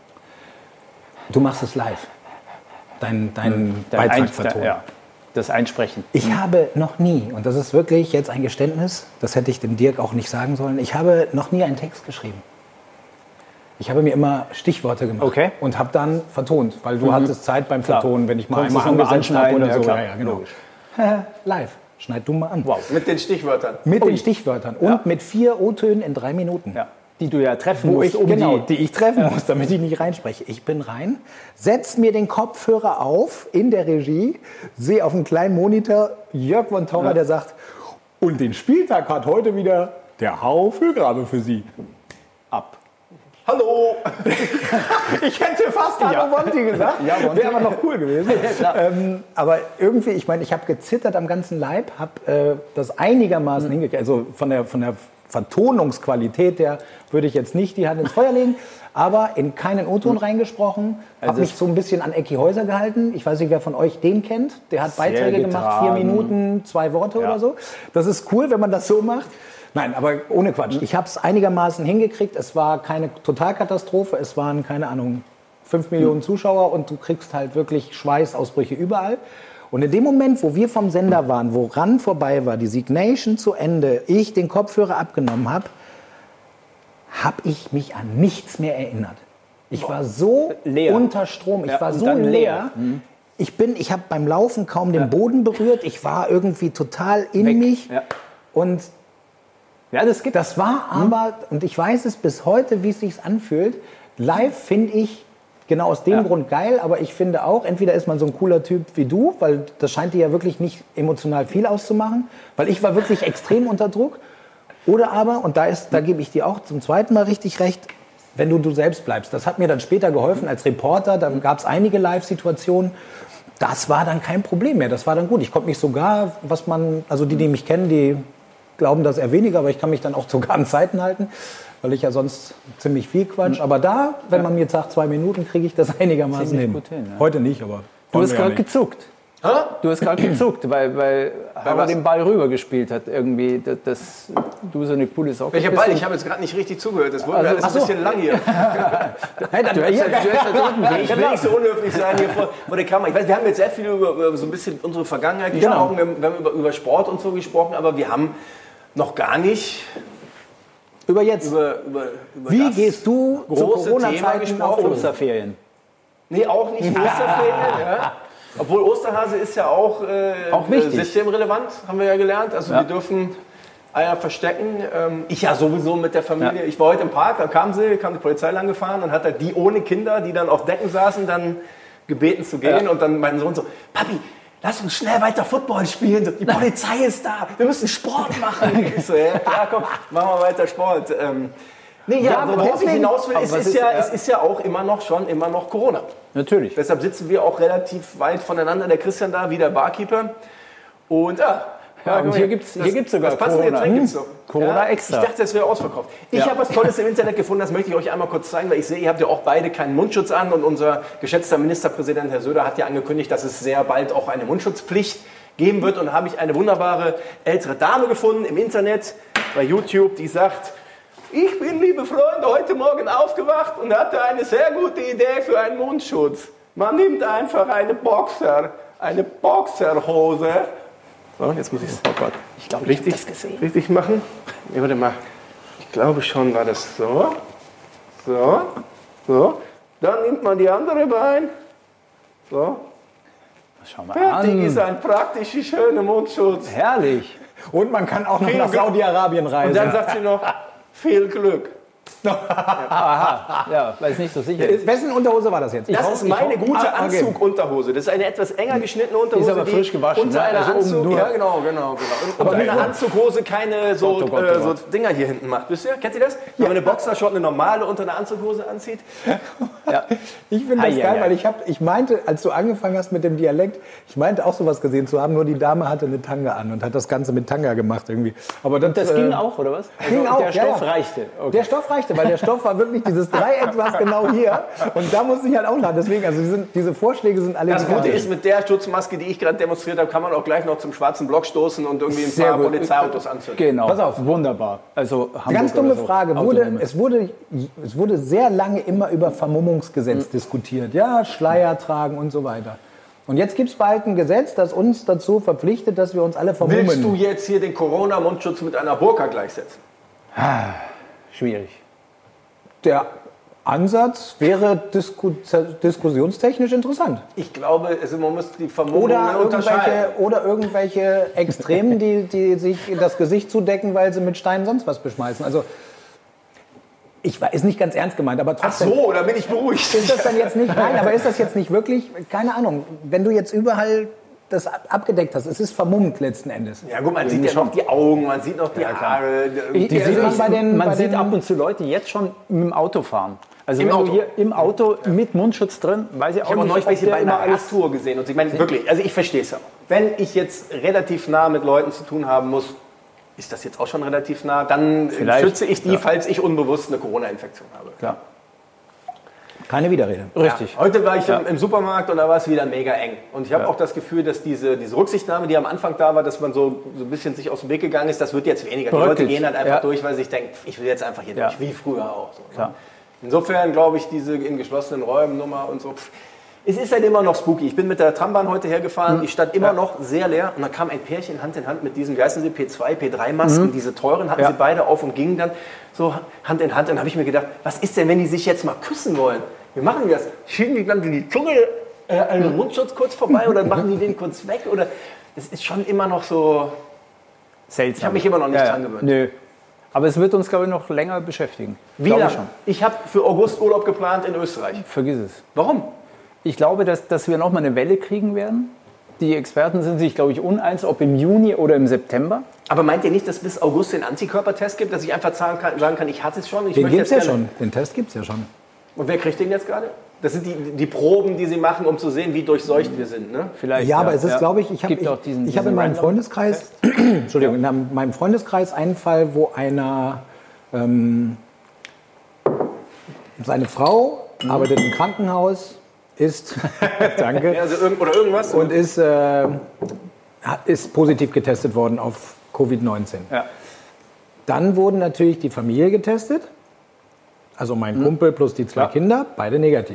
Du machst es live. Dein Beitrag vertonen. Ja. Das Einsprechen. Ich habe noch nie, und das ist wirklich jetzt ein Geständnis, das hätte ich dem Dirk auch nicht sagen sollen, ich habe noch nie einen Text geschrieben. Ich habe mir immer Stichworte gemacht und habe dann vertont, weil du hattest Zeit beim Vertonen, wenn ich mal einmal angesetzt habe oder so. Ja, genau. Live. Schneid du mal an. Wow. Mit den Stichwörtern. Mit den Stichwörtern und mit 4 O-Tönen in 3 Minuten. Ja. Die du ja treffen musst. Die ich treffen muss, damit ich nicht reinspreche. Ich bin rein, setz mir den Kopfhörer auf in der Regie, sehe auf einem kleinen Monitor Jörg von Torra, der sagt, und den Spieltag hat heute wieder der Haro Füllgrabe für Sie. Ab. Hallo! Ich hätte fast Hallo Monty gesagt. Ja, wäre aber noch cool gewesen. Aber irgendwie, ich meine, ich habe gezittert am ganzen Leib, habe das einigermaßen hingekriegt. Also von der Vertonungsqualität her würde ich jetzt nicht die Hand ins Feuer legen, aber in keinen O-Ton reingesprochen, habe mich so ein bisschen an Ecki Häuser gehalten. Ich weiß nicht, wer von euch den kennt. Der hat Beiträge gemacht, 4 Minuten, 2 Worte oder so. Das ist cool, wenn man das so macht. Nein, aber ohne Quatsch. Ich habe es einigermaßen hingekriegt. Es war keine Totalkatastrophe. Es waren, keine Ahnung, 5 Millionen Zuschauer und du kriegst halt wirklich Schweißausbrüche überall. Und in dem Moment, wo wir vom Sender waren, wo RAN vorbei war, die Signation zu Ende, ich den Kopfhörer abgenommen habe, habe ich mich an nichts mehr erinnert. Ich war so leer. Unter Strom, ich war so leer. Ich habe beim Laufen kaum den Boden berührt. Ich war irgendwie total in mich. Ja. Und das war aber, und ich weiß es bis heute, wie es sich anfühlt, live finde ich genau aus dem Grund geil, aber ich finde auch, entweder ist man so ein cooler Typ wie du, weil das scheint dir ja wirklich nicht emotional viel auszumachen, weil ich war wirklich extrem unter Druck, oder aber, und da gebe ich dir auch zum zweiten Mal richtig recht, wenn du selbst bleibst. Das hat mir dann später geholfen als Reporter, da gab es einige Live-Situationen, das war dann kein Problem mehr, das war dann gut. Ich konnte mich sogar, also die mich kennen, die glauben das eher weniger, aber ich kann mich dann auch sogar an Zeiten halten, weil ich ja sonst ziemlich viel quatsch. Aber da, wenn man mir jetzt sagt 2 Minuten, kriege ich das einigermaßen hin. Gut hin, ja. Heute nicht, aber... Du hast gerade gezuckt. Du hast gerade gezuckt, weil er den Ball rübergespielt hat. Irgendwie, du so eine coole Socke Ich bist. habe jetzt gerade nicht richtig zugehört. Das wurde mir alles ein bisschen lang hier. Ich will nicht so unhöflich sein hier vor der Kamera. Ich weiß, wir haben jetzt sehr viel über so ein bisschen unsere Vergangenheit gesprochen. Wir haben über Sport und so gesprochen, aber wir haben noch gar nicht Über jetzt. Wie das gehst du zu große Thema Corona-Zeiten gesprochen. auf Osterferien. Nee, auch nicht Osterferien. Ja. Obwohl Osterhase ist ja auch wichtig. systemrelevant, haben wir ja gelernt. Also wir dürfen Eier verstecken. Ich ja sowieso mit der Familie. Ich war heute im Park, da kam die Polizei lang gefahren und hat halt die ohne Kinder, die dann auf Decken saßen, dann gebeten zu gehen. Und dann mein Sohn so, Papi, lass uns schnell weiter Football spielen. Die Polizei ist da. Wir müssen Sport machen. Ich so, ja klar, komm, machen wir weiter Sport. Worauf ich hinaus will, es ist ja auch immer noch Corona. Natürlich. Deshalb sitzen wir auch relativ weit voneinander. Der Christian da, wie der Barkeeper. Und und hier gibt's sogar das passende Corona. Getränk gibt's noch. Corona extra. Ich dachte, das wäre ausverkauft. Ich habe was Tolles im Internet gefunden, das möchte ich euch einmal kurz zeigen, weil ich sehe, ihr habt ja auch beide keinen Mundschutz an und unser geschätzter Ministerpräsident Herr Söder hat ja angekündigt, dass es sehr bald auch eine Mundschutzpflicht geben wird. Und da habe ich eine wunderbare ältere Dame gefunden im Internet, bei YouTube, die sagt, ich bin, liebe Freunde, heute Morgen aufgewacht und hatte eine sehr gute Idee für einen Mundschutz. Man nimmt einfach eine Boxerhose. So, jetzt muss ich es Ich glaube, richtig machen. Nee, warte mal. Ich glaube schon, war das so. So. Dann nimmt man die andere Bein. So. Schau mal Fertig an. ist ein praktischer, schöner Mundschutz. Herrlich. Und man kann auch noch Viel nach Glück. Saudi-Arabien reisen. Und dann sagt sie noch, viel Glück. Ja, weil es nicht so sicher ist. Wessen Unterhose war das jetzt? Das ist meine gute okay. Anzugunterhose. Das ist eine etwas enger geschnittene Unterhose. Die ist aber frisch gewaschen, Unter ne? einer Also oben Anzug, nur- ja, genau. Aber mit einer Anzughose keine so, Gott, oh so Gott. Dinger hier hinten macht. Wisst ihr? Kennt ihr das? Wenn man eine Boxershort, eine normale unter einer Anzughose anzieht. Ich finde das geil, weil ich meinte, als du angefangen hast mit dem Dialekt, ich meinte auch sowas gesehen zu haben, nur die Dame hatte eine Tanga an und hat das Ganze mit Tanga gemacht irgendwie. Aber Das ging auch, oder was? Ging auch, der Stoff ja. reichte. Okay. Der Stoff reichte, weil der Stoff war wirklich dieses Dreieck, was genau hier. Und da musste ich halt auch lachen. Deswegen, also diese Vorschläge sind alle Das total. Gute ist, mit der Schutzmaske, die ich gerade demonstriert habe, kann man auch gleich noch zum schwarzen Block stoßen und irgendwie ein Sehr paar gut. Polizeiautos anzünden. Genau. Pass auf. Wunderbar. Also Hamburg Ganz dumme oder so. Frage. Autonome. Es wurde sehr lange immer über Vermummungsgesetz diskutiert. Ja, Schleier tragen und so weiter. Und jetzt gibt es bald ein Gesetz, das uns dazu verpflichtet, dass wir uns alle vermummen. Willst du jetzt hier den Corona-Mundschutz mit einer Burka gleichsetzen? Schwierig. Der Ansatz wäre diskussionstechnisch interessant. Ich glaube, man muss die Vermummung unterscheiden. Oder irgendwelche Extremen, die sich das Gesicht zudecken, weil sie mit Steinen sonst was beschmeißen. Also, ist nicht ganz ernst gemeint, aber Ach trotzdem. so, da bin ich beruhigt. Ist das dann jetzt nicht, nein, aber ist das jetzt nicht wirklich, keine Ahnung, wenn du jetzt überall das abgedeckt hast, es ist vermummt letzten Endes. Ja gut, man sieht ja noch die Augen, man sieht noch die Haare. Man sieht ab und zu Leute jetzt schon mit dem Auto fahren. Also Im wenn Auto. du hier im Auto mit Mundschutz drin, weiß ich auch Ich habe nicht, neulich ob welche der bei immer einer alles... Radtour gesehen. Und ich meine wirklich, also ich verstehe es ja. Wenn ich jetzt relativ nah mit Leuten zu tun haben muss, ist das jetzt auch schon relativ nah, dann Vielleicht, schütze ich die, falls ich unbewusst eine Corona-Infektion habe. Klar. Keine Widerrede. Richtig. Heute war ich im Supermarkt und da war es wieder mega eng. Und ich habe auch das Gefühl, dass diese Rücksichtnahme, die am Anfang da war, dass man so ein bisschen sich aus dem Weg gegangen ist, das wird jetzt weniger. Die Leute Bröckelt. gehen halt einfach Ja. durch, weil sie sich denken, ich will jetzt einfach hier durch, wie früher auch. So, ne? Klar. Insofern glaube ich, diese in geschlossenen Räumen Nummer und so. Es ist halt immer noch spooky. Ich bin mit der Trambahn heute hergefahren, die Stadt immer noch sehr leer. Und dann kam ein Pärchen Hand in Hand mit diesen, wie heißen sie, P2, P3-Masken, diese teuren, hatten sie beide auf und gingen dann so Hand in Hand. Und dann habe ich mir gedacht, was ist denn, wenn die sich jetzt mal küssen wollen? Wie machen die das? Schieben die dann die Zunge an den Mundschutz kurz vorbei oder machen die den kurz weg? Oder das ist schon immer noch so. Seltsam. Ich habe mich immer noch nicht dran gewöhnt. Nö. Aber es wird uns, glaube ich, noch länger beschäftigen. Wie Glaube lange? schon. Ich habe für August Urlaub geplant in Österreich. Vergiss es. Warum? Ich glaube, dass wir noch mal eine Welle kriegen werden. Die Experten sind sich, glaube ich, uneins, ob im Juni oder im September. Aber meint ihr nicht, dass bis August den Antikörpertest gibt, dass ich einfach sagen kann, ich hatte es schon? Ich Den möchte gibt es jetzt ja gerne- schon. Den Test gibt es ja schon. Und wer kriegt den jetzt gerade? Das sind die Proben, die sie machen, um zu sehen, wie durchseucht wir sind, ne? Vielleicht. Ja, aber es ist, glaube ich, ich Gibt auch habe diesen in meinem Random- Freundeskreis, Entschuldigung, in meinem Freundeskreis einen Fall, wo einer, seine Frau arbeitet im Krankenhaus, ist, danke, Ja, also oder irgendwas. und ist positiv getestet worden auf Covid-19. Ja. Dann wurden natürlich die Familie getestet. Also mein Kumpel plus die 2 Kinder, beide negativ.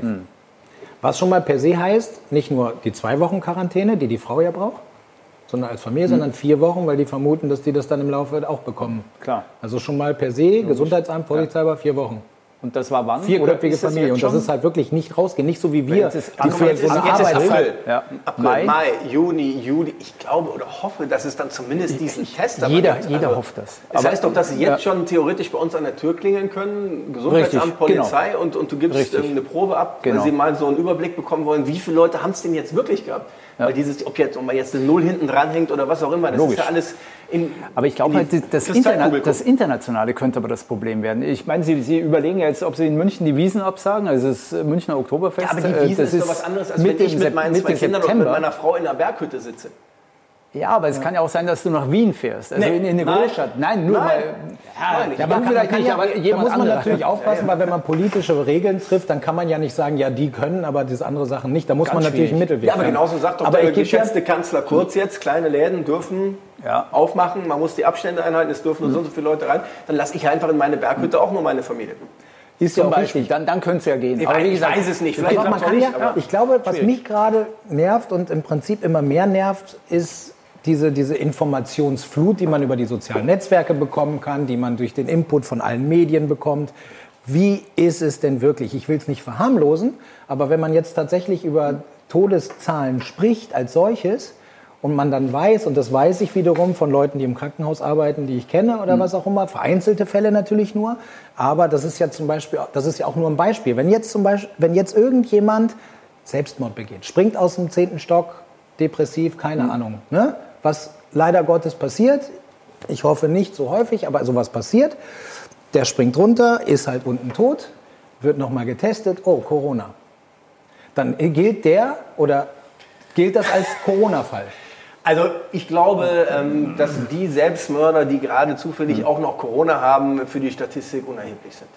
Was schon mal per se heißt, nicht nur die 2 Wochen Quarantäne, die Frau ja braucht, sondern als Familie, sondern 4 Wochen, weil die vermuten, dass die das dann im Laufe auch bekommen. Klar. Also schon mal per se, Gesundheitsamt, vorsichtshalber 4 Wochen. Und das war wann? 4-köpfige Familie. Und das ist halt wirklich nicht rausgehen. Nicht so wie wir, die für so eine Arbeit Arbeit. Ja. Mai, Juni, Juli. Ich glaube oder hoffe, dass es dann zumindest diesen Test gibt. Jeder hofft das. Das heißt doch, dass Sie jetzt schon theoretisch bei uns an der Tür klingeln können, Gesundheitsamt, Richtig, Polizei, genau. und du gibst eine Probe ab, Genau. weil Sie mal so einen Überblick bekommen wollen, wie viele Leute haben es denn jetzt wirklich gehabt? Ja. Weil ob man jetzt eine 0 hinten dran hängt oder was auch immer, das ist ja alles aber ich glaube halt, das Internationale könnte aber das Problem werden. Ich meine, Sie überlegen ja jetzt, ob Sie in München die Wiesn absagen, also das Münchner Oktoberfest. Ja, aber die Wiesn ist doch was anderes, als wenn ich mit meinen 2 Kindern oder mit meiner Frau in einer Berghütte sitze. Ja, aber es kann ja auch sein, dass du nach Wien fährst, also in eine Großstadt. Nein, nur mal. Ja, man vielleicht nicht, aber da muss man natürlich aufpassen, weil wenn man politische Regeln trifft, dann kann man ja nicht sagen, ja, die können, aber diese andere Sachen nicht. Da muss man natürlich einen Mittelweg finden. Ja, aber genauso sagt doch der geschätzte Kanzler Kurz jetzt, kleine Läden dürfen aufmachen, man muss die Abstände einhalten, es dürfen nur so viele Leute rein. Dann lasse ich einfach in meine Berghütte auch nur meine Familie. Ist ja auch richtig, dann könnte es ja gehen. Aber ich weiß es nicht. Vielleicht man kann ich glaube, was mich gerade nervt und im Prinzip immer mehr nervt, ist diese Informationsflut, die man über die sozialen Netzwerke bekommen kann, die man durch den Input von allen Medien bekommt. Wie ist es denn wirklich? Ich will es nicht verharmlosen, aber wenn man jetzt tatsächlich über Todeszahlen spricht als solches und man dann weiß, und das weiß ich wiederum von Leuten, die im Krankenhaus arbeiten, die ich kenne oder was auch immer, vereinzelte Fälle natürlich nur, aber das ist ja zum Beispiel, das ist ja auch nur ein Beispiel. Wenn jetzt irgendjemand Selbstmord begeht, springt aus dem 10. Stock, depressiv, keine Ahnung, ne? Was leider Gottes passiert, ich hoffe nicht so häufig, aber sowas passiert, der springt runter, ist halt unten tot, wird nochmal getestet, oh, Corona. Dann gilt das als Corona-Fall? Also ich glaube, dass die Selbstmörder, die gerade zufällig auch noch Corona haben, für die Statistik unerheblich sind.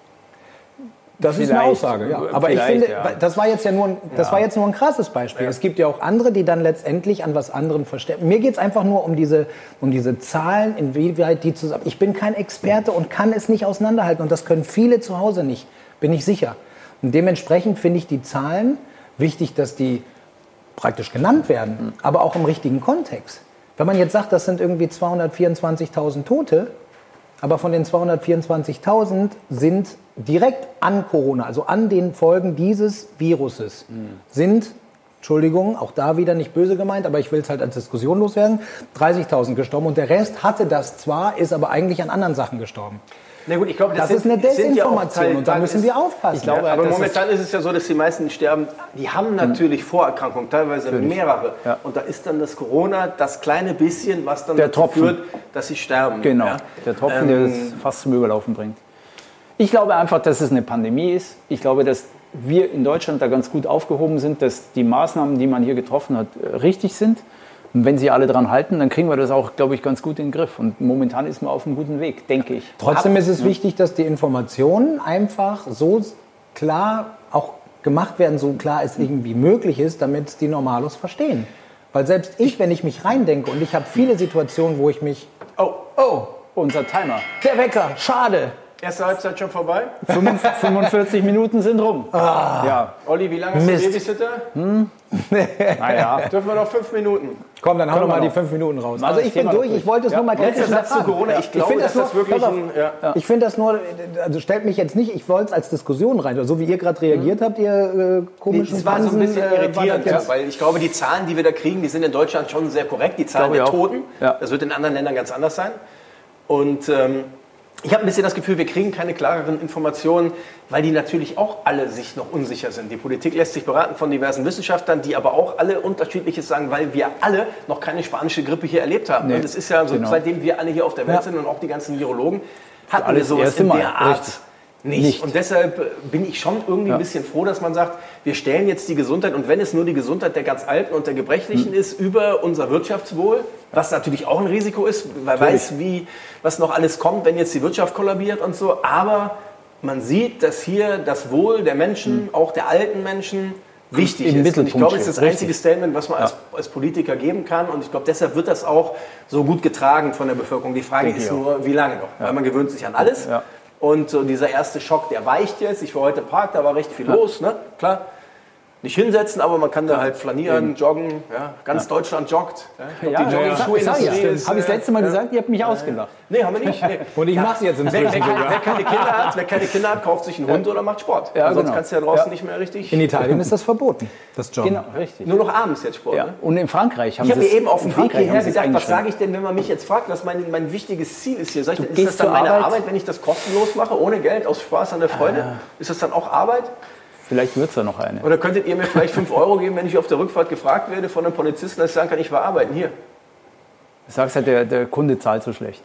Das ist eine Aussage, ja. Aber ich finde, das war jetzt nur ein krasses Beispiel. Ja. Es gibt ja auch andere, die dann letztendlich an was anderem verstehen. Mir geht es einfach nur um diese Zahlen, inwieweit die zusammen. Ich bin kein Experte und kann es nicht auseinanderhalten. Und das können viele zu Hause nicht, bin ich sicher. Und dementsprechend finde ich die Zahlen wichtig, dass die praktisch genannt werden, aber auch im richtigen Kontext. Wenn man jetzt sagt, das sind irgendwie 224.000 Tote, aber von den 224.000 sind direkt an Corona, also an den Folgen dieses Viruses, sind, Entschuldigung, auch da wieder nicht böse gemeint, aber ich will es halt als Diskussion loswerden, 30.000 gestorben und der Rest hatte das zwar, ist aber eigentlich an anderen Sachen gestorben. Na gut, ich glaube, das ist eine Desinformation und da müssen wir aufpassen. Ich glaube, aber momentan ist es ja so, dass die meisten sterben, die haben natürlich Vorerkrankungen, teilweise mehrere. Ja. Und da ist dann das Corona, das kleine bisschen, was dann dazu führt, dass sie sterben. Genau, der Tropfen, der es fast zum Überlaufen bringt. Ich glaube einfach, dass es eine Pandemie ist. Ich glaube, dass wir in Deutschland da ganz gut aufgehoben sind, dass die Maßnahmen, die man hier getroffen hat, richtig sind. Und wenn sie alle dran halten, dann kriegen wir das auch, glaube ich, ganz gut in den Griff. Und momentan ist man auf einem guten Weg, denke ich. Trotzdem ist es wichtig, dass die Informationen einfach so klar auch gemacht werden, so klar es irgendwie möglich ist, damit es die Normalos verstehen. Weil selbst ich, wenn ich mich reindenke, und ich habe viele Situationen, wo ich mich... Oh, unser Timer. Der Wecker, schade. Erste Halbzeit schon vorbei? 45 Minuten sind rum. Ja. Olli, wie lange ist der Babysitter? Naja. Dürfen wir noch 5 Minuten? Komm, dann hau noch mal die 5 Minuten raus. Also ich bin durch, ich wollte es nur mal kritisch hinterfragen. Corona, ich glaube, dass das wirklich Ich finde das nur, also stellt mich jetzt nicht, ich wollte es als Diskussion rein, so wie ihr gerade reagiert habt, ihr komischen Das war so ein bisschen irritierend, weil ich glaube, die Zahlen, die wir da kriegen, die sind in Deutschland schon sehr korrekt, die Zahlen der Toten. Ja. Das wird in anderen Ländern ganz anders sein. Und ich habe ein bisschen das Gefühl, wir kriegen keine klareren Informationen, weil die natürlich auch alle sich noch unsicher sind. Die Politik lässt sich beraten von diversen Wissenschaftlern, die aber auch alle Unterschiedliches sagen, weil wir alle noch keine spanische Grippe hier erlebt haben. Nee, und es ist ja so, seitdem wir alle hier auf der Welt sind und auch die ganzen Virologen, hatten wir sowas in der Art nicht. Und deshalb bin ich schon irgendwie ein bisschen froh, dass man sagt, wir stellen jetzt die Gesundheit, und wenn es nur die Gesundheit der ganz Alten und der Gebrechlichen ist, über unser Wirtschaftswohl, was natürlich auch ein Risiko ist, weil man weiß, was noch alles kommt, wenn jetzt die Wirtschaft kollabiert und so. Aber man sieht, dass hier das Wohl der Menschen, auch der alten Menschen, wichtig im ist. Und ich Mittelpunkt glaube, es ist das steht. einzige Statement, was man als Politiker geben kann. Und ich glaube, deshalb wird das auch so gut getragen von der Bevölkerung. Die Frage ist nur, wie lange noch? Weil man gewöhnt sich an alles. Ja. Und so dieser erste Schock, der weicht jetzt. Ich war heute im Park, da war recht viel los, ne? Klar. Nicht hinsetzen, aber man kann da halt flanieren, joggen. Ja. Ganz Deutschland joggt. Ja. Ich glaub, die Jogging-Schuhindustrie ist... Habe ich das letzte Mal gesagt, ihr habt mich ausgelacht. Nee, haben wir nicht. Nee. Und ich mache es jetzt inzwischen sogar. Wer keine Kinder hat, kauft sich einen Hund oder macht Sport. Ja, Sonst genau. kannst du ja draußen nicht mehr richtig... In Italien ist das verboten, das Joggen. Genau, richtig. Nur noch abends jetzt Sport. Ja. Ne? Und in Frankreich haben Ich habe sie mir eben auf dem Weg hierher gedacht, was eingeschränkt. sage ich denn, wenn man mich jetzt fragt, was mein wichtiges Ziel ist hier? Sag ich, ist gehst das dann zur meine Arbeit? Arbeit, wenn ich das kostenlos mache, ohne Geld, aus Spaß an der Freude? Ist das dann auch Arbeit? Vielleicht wird es da noch eine. Oder könntet ihr mir vielleicht 5 € geben, wenn ich auf der Rückfahrt gefragt werde von einem Polizisten, dass ich sagen kann, ich war arbeiten hier? Du sagst halt, der Kunde zahlt so schlecht.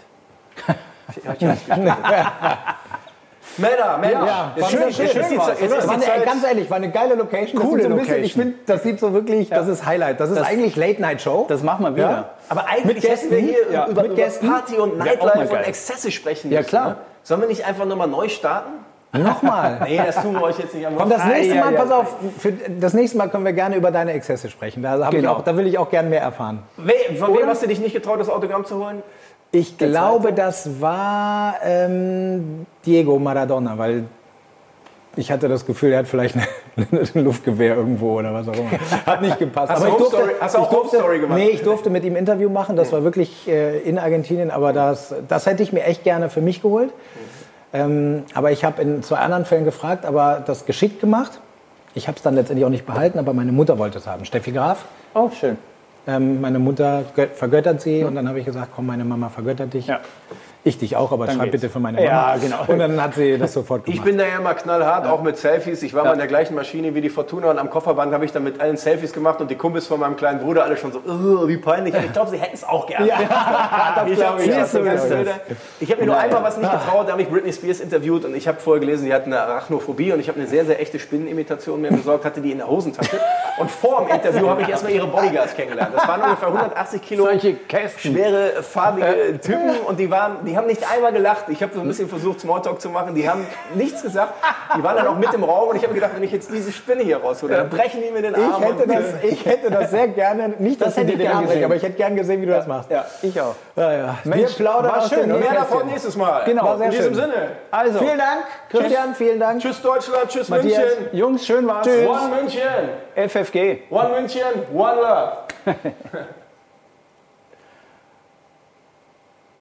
Männer, Ja, jetzt schön, ist die Zeit. ganz ehrlich, war eine geile Location. Coole Das sieht so ein bisschen, Location. ich finde, das sieht so wirklich, das ist Highlight. Das ist eigentlich Late-Night-Show. Das machen wir wieder. Ja. Aber eigentlich Mit Gästen? hätten wir hier Ja, über mit Gästen? Party und auch mal Nightlife und geil. Exzesse sprechen Ja, müssen, klar. ne? Sollen wir nicht einfach nochmal neu starten? Nochmal. Nee, das tun wir euch jetzt nicht am Und das nächste ja, Mal, ja. pass auf, für das nächste Mal können wir gerne über deine Exzesse sprechen. Genau. Da will ich auch gerne mehr erfahren. Von wem hast du dich nicht getraut, das Autogramm zu holen? Ich glaube, das war Diego Maradona, weil ich hatte das Gefühl, er hat vielleicht ein Luftgewehr irgendwo oder was auch immer. Hat nicht gepasst. Hast du auch Home Story gemacht? Nee, ich durfte mit ihm ein Interview machen. Das war wirklich in Argentinien, aber das hätte ich mir echt gerne für mich geholt. Aber ich habe in 2 anderen Fällen gefragt, aber das geschickt gemacht. Ich habe es dann letztendlich auch nicht behalten, aber meine Mutter wollte es haben. Steffi Graf. Oh, schön. Meine Mutter vergöttert sie und dann habe ich gesagt, komm, meine Mama vergöttert dich. Ja. Ich dich auch, aber schreib geht's. bitte für meine Mama. Ja, genau. Und dann hat sie das sofort gemacht. Ich bin da ja immer knallhart, auch mit Selfies. Ich war mal in der gleichen Maschine wie die Fortuna und am Kofferband habe ich dann mit allen Selfies gemacht und die Kumpels von meinem kleinen Bruder alle schon so, wie peinlich. Aber ich glaube, sie hätten es auch gerne. Ich habe mir nur einmal was nicht getraut, da habe ich Britney Spears interviewt und ich habe vorher gelesen, sie hat eine Arachnophobie und ich habe eine sehr, sehr echte Spinnenimitation mir besorgt, hatte die in der Hosentasche. Und vor dem Interview habe ich erstmal ihre Bodyguards kennengelernt. Das waren ungefähr 180 Kilo Solche Kästen. schwere, farbige Typen und die haben nicht einmal gelacht. Ich habe so ein bisschen versucht, Smalltalk zu machen. Die haben nichts gesagt. Die waren dann auch mit im Raum und ich habe gedacht, wenn ich jetzt diese Spinne hier raushole, dann brechen die mir den Arm. Ich hätte das sehr gerne, nicht, dass Das sie hätte dir ich den gern Arm brechen, gesehen. aber ich hätte gern gesehen, wie du das machst. Ja, ich auch. Wir Mensch, plaudern war aus schön, dem oder? Mehr Nähkästchen. davon nächstes Mal. Genau. War sehr In diesem schön. Sinne. Also, Vielen Dank, Christian, vielen Dank. Tschüss Deutschland, tschüss Matthias. München. Jungs, schön war's. One München. FFG. One München, one love.